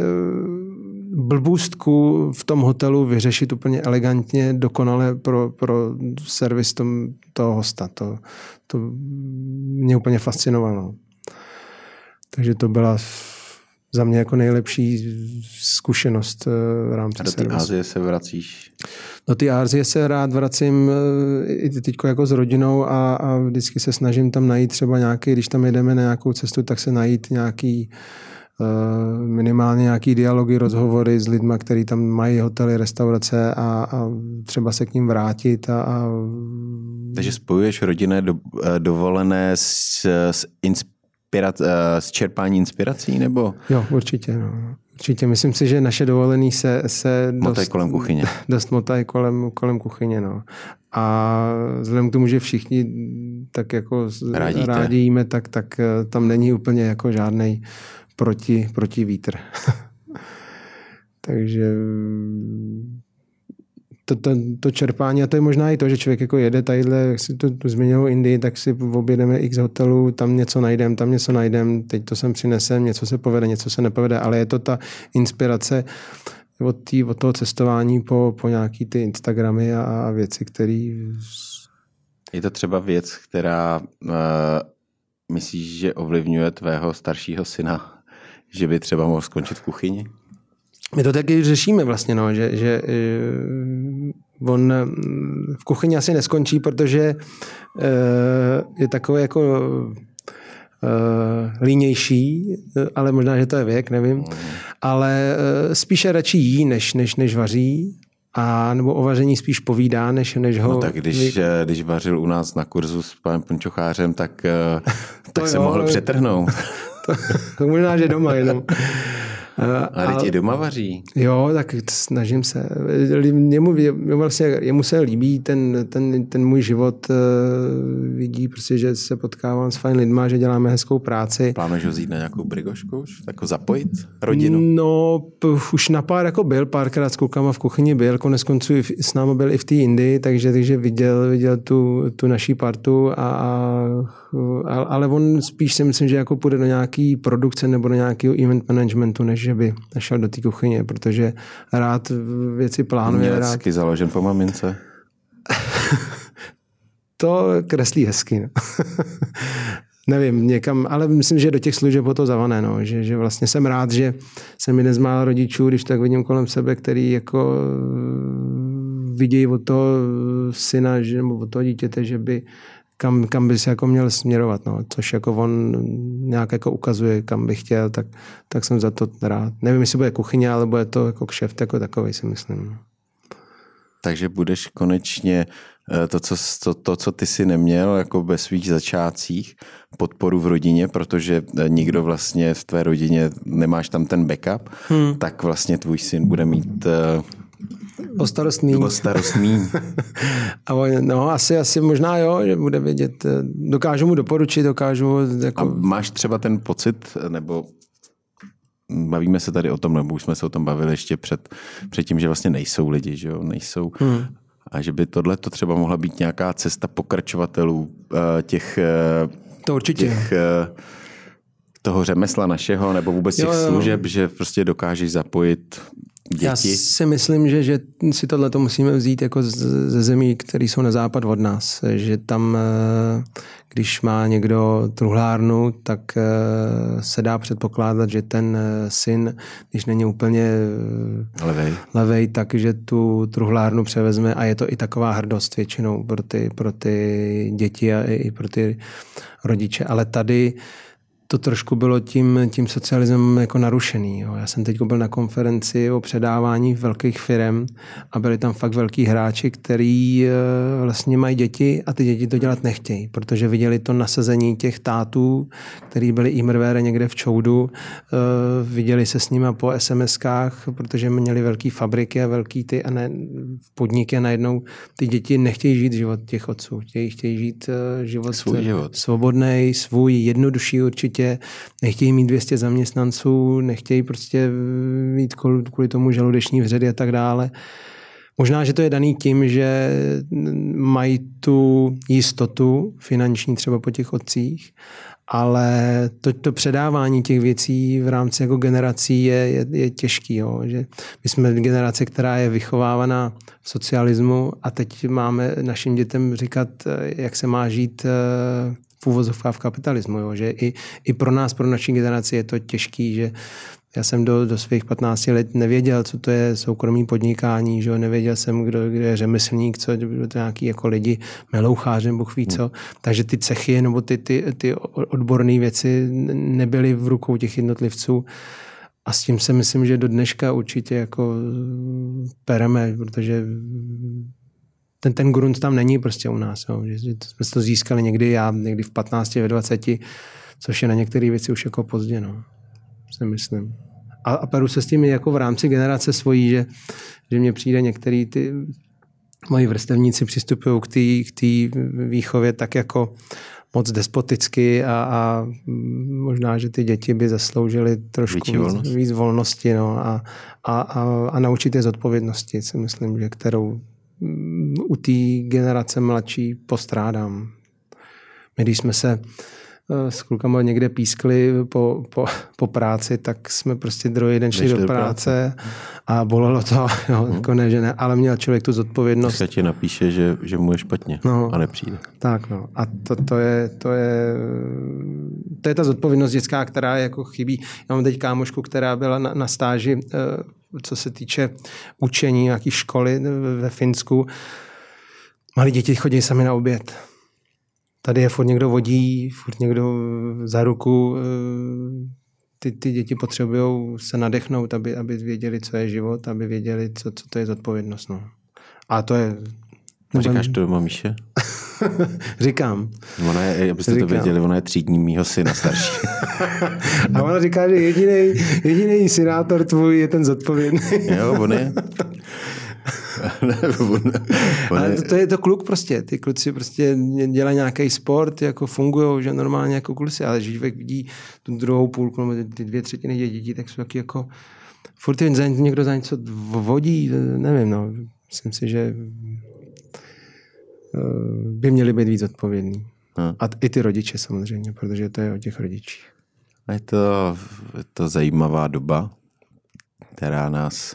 blbůstku v tom hotelu vyřešit úplně elegantně, dokonale pro, pro servis tom, toho hosta. To, to mě úplně fascinovalo. Takže to byla za mě jako nejlepší zkušenost v rámci A do té servisu. Asie se vracíš? Do té Asie se rád vracím i teď jako s rodinou a, a vždycky se snažím tam najít třeba nějaký, když tam jedeme na nějakou cestu, tak se najít nějaký minimálně nějaký dialogy, rozhovory s lidma, kteří tam mají hotely, restaurace a, a třeba se k ním vrátit. A, a... Takže spojuješ rodinné do, dovolené s, s, inspirat, s čerpání inspirací, nebo? Jo, určitě. No. Určitě. Myslím si, že naše dovolený se, se motaj dost, kolem kuchyně. Dost motaj kolem, kolem kuchyně. No. A vzhledem k tomu, že všichni tak jako Rádíte. rádíme, tak, tak tam není úplně jako žádnej proti, proti vítr. Takže to, to, to čerpání, a to je možná i to, že člověk jako jede tadyhle, jak si to, to zmínil Indii, tak si objedeme x hotelů, tam něco najdem, tam něco najdem, teď to sem přinesem, něco se povede, něco se nepovede, ale je to ta inspirace od, tý, od toho cestování po, po nějaký ty Instagramy a, a věci, které... Je to třeba věc, která uh, myslíš, že ovlivňuje tvého staršího syna, že by třeba mohl skončit v kuchyni? My to taky řešíme vlastně, no, že, že on v kuchyni asi neskončí, protože je takový jako línější, ale možná, že to je věk, nevím, ale spíše radši jí, než, než, než vaří. A nebo o vaření spíš povídá, než, než ho... No tak když, vy... když vařil u nás na kurzu s panem Pončochářem, tak, tak se jo, mohl přetrhnout. To, to možná, že doma jenom. A teď i doma vaří. Jo, tak snažím se. Jemu, vlastně, jemu se líbí ten, ten, ten můj život. Vidí prostě, že se potkávám s fajn lidma, že děláme hezkou práci. Plánuješ ho vzít na nějakou brigošku už? Jako zapojit rodinu? No, už na pár jako byl, párkrát s klukama v kuchyni byl, konec konců s námi byl i v té Indii, takže, takže viděl, viděl tu, tu naší partu, a, a, ale on spíš si myslím, že jako půjde do nějaký produkce nebo do nějakého event managementu, než že by šel do té kuchyně, protože rád věci plánuje. Německy rád... založen po mamince. To kreslí hezky. No. Nevím, někam, ale myslím, že do těch služeb o to zavané, no. že, že vlastně jsem rád, že jsem jeden z mála rodičů, když tak vidím kolem sebe, který jako vidí od toho syna, že, nebo od toho dítěte, že by kam, kam by se jako měl směrovat, no. Což jako on nějak jako ukazuje, kam by chtěl, tak, tak jsem za to rád. Nevím, jestli bude kuchyně, ale bude to jako kšeft jako takovej, si myslím. Takže budeš konečně to, co, to, to, co ty si neměl jako ve svých začátcích, podporu v rodině, protože nikdo vlastně v tvé rodině, nemáš tam ten backup, hmm. tak vlastně tvůj syn bude mít o starost míň. O starost míň. A on, no, asi, asi možná jo, že bude vědět. Dokážu mu doporučit, dokážu... Jako... A máš třeba ten pocit, nebo bavíme se tady o tom, nebo už jsme se o tom bavili ještě před, před tím, že vlastně nejsou lidi, že jo, nejsou... Hmm. A že by tohle to třeba mohla být nějaká cesta pokračovatelů těch... To určitě. Těch, toho řemesla našeho, nebo vůbec těch jo, jo. služeb, že prostě dokážeš zapojit děti. Já si myslím, že, že si tohle to musíme vzít jako ze zemí, které jsou na západ od nás. Že tam, když má někdo truhlárnu, tak se dá předpokládat, že ten syn, když není úplně levej, levej takže tu truhlárnu převezme, a je to i taková hrdost většinou pro ty, pro ty děti a i pro ty rodiče. Ale tady to trošku bylo tím, tím socialismem jako narušený. Jo. Já jsem teď byl na konferenci o předávání velkých firem a byli tam fakt velký hráči, který e, vlastně mají děti a ty děti to dělat nechtějí, protože viděli to nasazení těch tátů, který byli imrvére někde v Čoudu, e, viděli se s nima po es em eskách, protože měli velké fabriky a velký ty a ne, podniky a najednou ty děti nechtějí žít život těch otců. Chtějí, chtějí žít e, život, svůj život svobodnej, svůj, jednodušší určitě. Nechtějí mít dvě stě zaměstnanců, nechtějí prostě mít kvůli tomu žaludeční vředy a tak dále. Možná, že to je daný tím, že mají tu jistotu finanční třeba po těch otcích, ale to, to předávání těch věcí v rámci jako generací je, je, je těžký. Jo? Že my jsme generace, která je vychovávaná v socialismu a teď máme našim dětem říkat, jak se má žít v úvozovkách v kapitalismu. Jo? Že i, i pro nás, pro naši generaci je to těžký, že já jsem do, do svých patnácti let nevěděl, co to je soukromý podnikání, že? Nevěděl jsem, kdo, kdo je řemeslník, co kdo to nějaký jako lidi, melouchářem, Bůh ví co. Hmm. Takže ty cechy nebo ty, ty, ty odborné věci nebyly v rukou těch jednotlivců. A s tím se myslím, že do dneška určitě jako pereme, protože ten, ten grunt tam není prostě u nás. Jo. Že jsme to získali někdy, já někdy v patnácti, ve dvaceti, což je na některé věci už jako pozdě, no. Si myslím. A, a peru se s tím jako v rámci generace svojí, že, že mně přijde některý ty moji vrstevníci přistupují k té k té výchově tak jako moc despoticky a, a možná, že ty děti by zasloužily trošku volnost. víc, víc volnosti, no, a, a, a, a naučit je zodpovědnosti, si myslím, že kterou u té generace mladší postrádám. My, když jsme se s klukama někde pískli po, po, po práci, tak jsme prostě druhý den šli Nešli do práce, práce a bolelo to, jo, hmm. jako ne, že ne, ale měl člověk tu zodpovědnost. Dneska ti napíše, že, že mu je špatně no, a nepřijde. Tak no. A to, to, je, to, je, to je ta zodpovědnost dětská, která jako chybí. Já mám teď kámošku, která byla na, na stáži co se týče učení, nějaký školy ve Finsku. Malí děti chodí sami na oběd. Tady je furt někdo vodí, furt někdo za ruku. Ty, ty děti potřebují se nadechnout, aby, aby věděli, co je život, aby věděli, co, co to je zodpovědnost. No. A to je... Nebo... Říkáš to doma, Míše? Říkám. Ona je, abyste Říkám. to věděli, ona je třídní mýho syna starší. A ona říká, že jedinej, jedinej synátor tvůj je ten zodpovědný. Jo, on je. Ale to, to je to kluk prostě. Ty kluci prostě dělají nějaký sport, jako fungujou, že normálně jako kluci, ale když člověk vidí tu druhou půlku, ty dvě třetiny dětí, tak jsou taky jako furt někdo za něco vodí, nevím, no. Myslím si, že by měli být víc odpovědní. Hmm. A i ty rodiče samozřejmě, protože to je o těch rodičích. A je to, je to zajímavá doba, která nás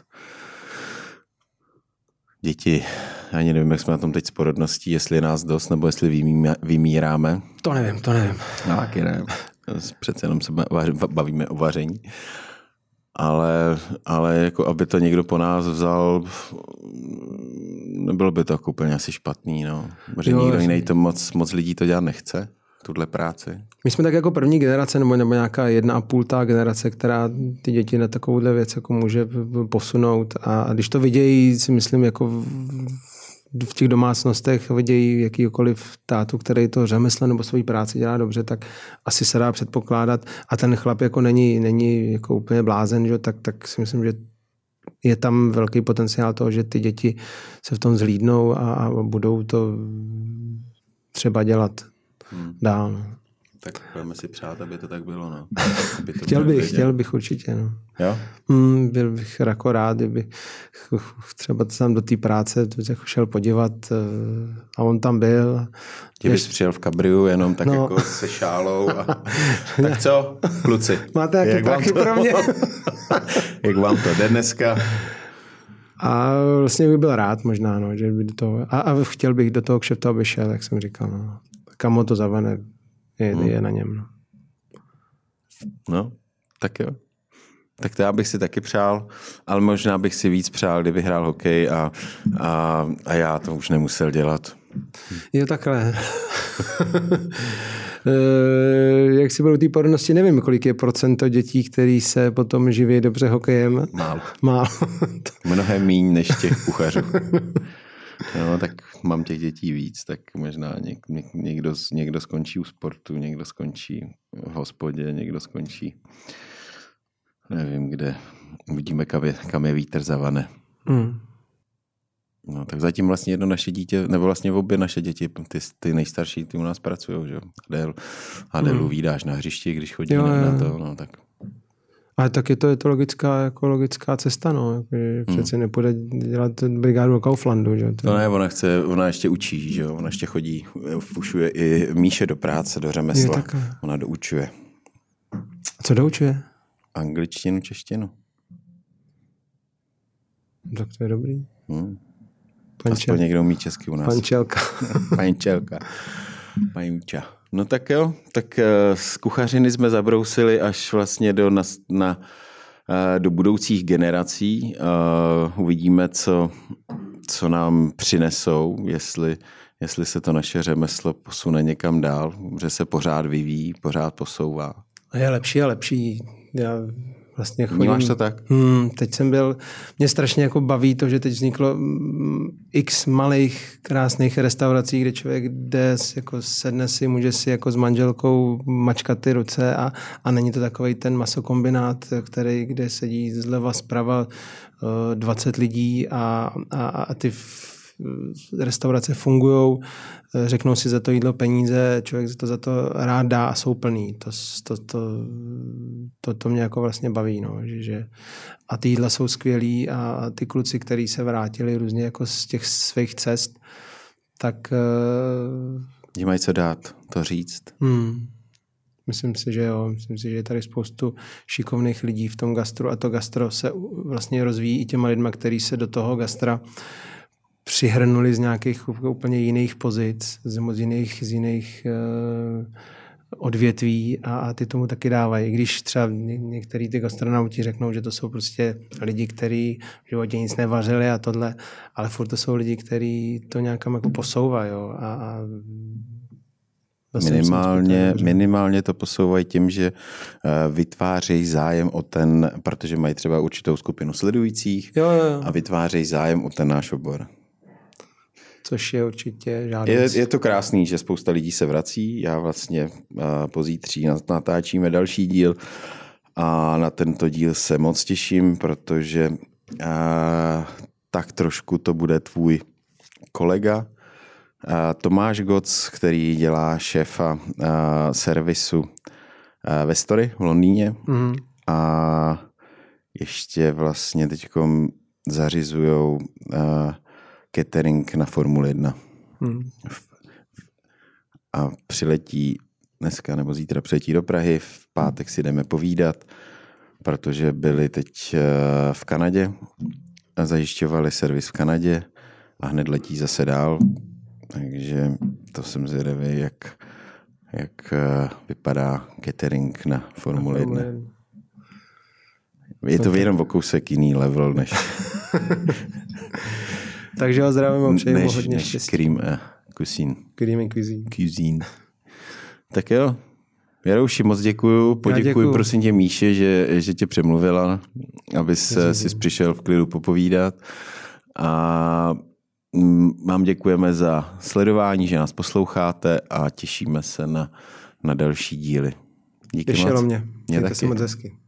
děti, ani nevím, jak jsme na tom teď s porodností, jestli je nás dost, nebo jestli vymí, vymíráme. To nevím, to nevím. No, taky nevím. Přece jenom se bavíme o vaření. Ale, ale jako aby to někdo po nás vzal, nebylo by to jako úplně asi špatný. No. Že jo, nikdo jiný to moc, moc lidí to dělat nechce, tuhle práci. My jsme tak jako první generace, nebo, nebo nějaká jedna a půl ta generace, která ty děti na takovouhle věc jako může posunout. A když to vidějí, si myslím, jako v, v těch domácnostech vidějí jakýkoliv tátu, který to řemeslo nebo svoji práci dělá dobře, tak asi se dá předpokládat. A ten chlap jako není, není jako úplně blázen, že? Tak, tak si myslím, že je tam velký potenciál toho, že ty děti se v tom zhlídnou a, a budou to třeba dělat hmm. dál. No. Tak budeme si přát, aby to tak bylo. No. Aby to chtěl bych, vědět. chtěl bych určitě. No. Jo? Mm, byl bych jako rád, kdyby třeba tam do té práce šel podívat a on tam byl. Kdybys přijel v kabriu jenom tak no. jako se šálou. A... Tak co, kluci? Máte nějaký prachy to... pro mě? Jak vám to jde dneska? A vlastně bych byl rád možná, no, že by do toho... A, a chtěl bych do toho kšeftu, aby šel, jak jsem říkal. No. Kam ho to zavane, je, hmm. je na něm. No. no, tak jo. Tak to já bych si taky přál, ale možná bych si víc přál, kdyby hrál hokej a, a, a já to už nemusel dělat. Jo, takhle. Jak si budou té porodnosti, nevím, kolik je procento dětí, který se potom živí dobře hokejem. Málo. Málo. Mnohem míň než těch kuchařů. No, tak mám těch dětí víc, tak možná něk, něk, někdo, někdo skončí u sportu, někdo skončí v hospodě, někdo skončí nevím kde. Uvidíme, kam je, kam je vítr zavane. Mm. No, tak zatím vlastně jedno naše dítě, nebo vlastně obě naše děti, ty, ty nejstarší, ty u nás pracují, že jo. Adel, Adelu mm. vídáš na hřišti, když chodí jo, na, na to, no tak. Ale tak je to, je to logická, jako logická cesta, no. Jako, že přece hmm. nepůjde dělat brigádu do Kauflandu, že? To... No ne, ona chce, ona ještě učí, že jo. Ona ještě chodí, fušuje i Míše do práce, do řemesla. Je, ona doučuje. A co doučuje? Angličtinu, češtinu. Tak to je dobrý. Hmm. Aspoň někdo umí česky u nás. Pančelka. Pančelka. Paňuča. No tak jo, tak z kuchařiny jsme zabrousili až vlastně do, na, na, do budoucích generací. Uh, uvidíme, co, co nám přinesou, jestli, jestli se to naše řemeslo posune někam dál, že se pořád vyvíjí, pořád posouvá. Je lepší a lepší. Já vlastně chodím... Vnímáš to tak? Hmm, teď jsem byl... Mě strašně jako baví to, že teď vzniklo x malých krásných restaurací, kde člověk jde, jako sedne si, může si jako s manželkou mačkat ty ruce a, a není to takovej ten masokombinát, který, kde sedí zleva zprava dvacet lidí a, a, a ty restaurace fungujou, řeknou si za to jídlo peníze, člověk to za to rád dá a jsou plný. To, to, to, to, to mě jako vlastně baví. No. Že, že, a ty jídla jsou skvělý a ty kluci, kteří se vrátili různě jako z těch svých cest, tak... Že mají co dát, to říct. Hmm. Myslím si, že jo. Myslím si, že je tady spoustu šikovných lidí v tom gastru a to gastro se vlastně rozvíjí i těma lidma, kteří se do toho gastra přihrnuli z nějakých úplně jiných pozic, z jiných, z jiných uh, odvětví a, a ty tomu taky dávají. I když třeba ně, některý ty gastronauti řeknou, že to jsou prostě lidi, kteří v životě nic nevařili a tohle, ale furt to jsou lidi, kteří to nějakam jako posouvají. Jo, a, a Minimálně, minimálně to posouvají tím, že vytvářejí zájem o ten, protože mají třeba určitou skupinu sledujících jo, jo, jo. a vytvářejí zájem o ten náš obor. Což je určitě žádný. Je, je to krásný, že spousta lidí se vrací. Já vlastně pozítří natáčíme další díl a na tento díl se moc těším, protože a, tak trošku to bude tvůj kolega Tomáš Goc, který dělá šéfa servisu ve Story v Londýně mm. a ještě vlastně teďkom zařizujou catering na Formule jedna. Mm. A přiletí dneska nebo zítra přiletí do Prahy, v pátek si jdeme povídat, protože byli teď v Kanadě a zajišťovali servis v Kanadě a hned letí zase dál. Takže to jsem zvědavý, jak, jak vypadá catering na Formule jedna. Je to jenom o kousek jiný level, než... Takže ho zdravím a přeji hodně než štěstí. Cream a cuisine. Cream and cuisine. Cuisine. Tak jo. Jarouši, moc děkuju. Poděkuju prosím tě Míše, že, že tě přemluvila, abys si přišel v klidu popovídat. A vám děkujeme za sledování, že nás posloucháte a těšíme se na, na další díly. Díky Těšilo moc. mě. Mějte se moc hezky.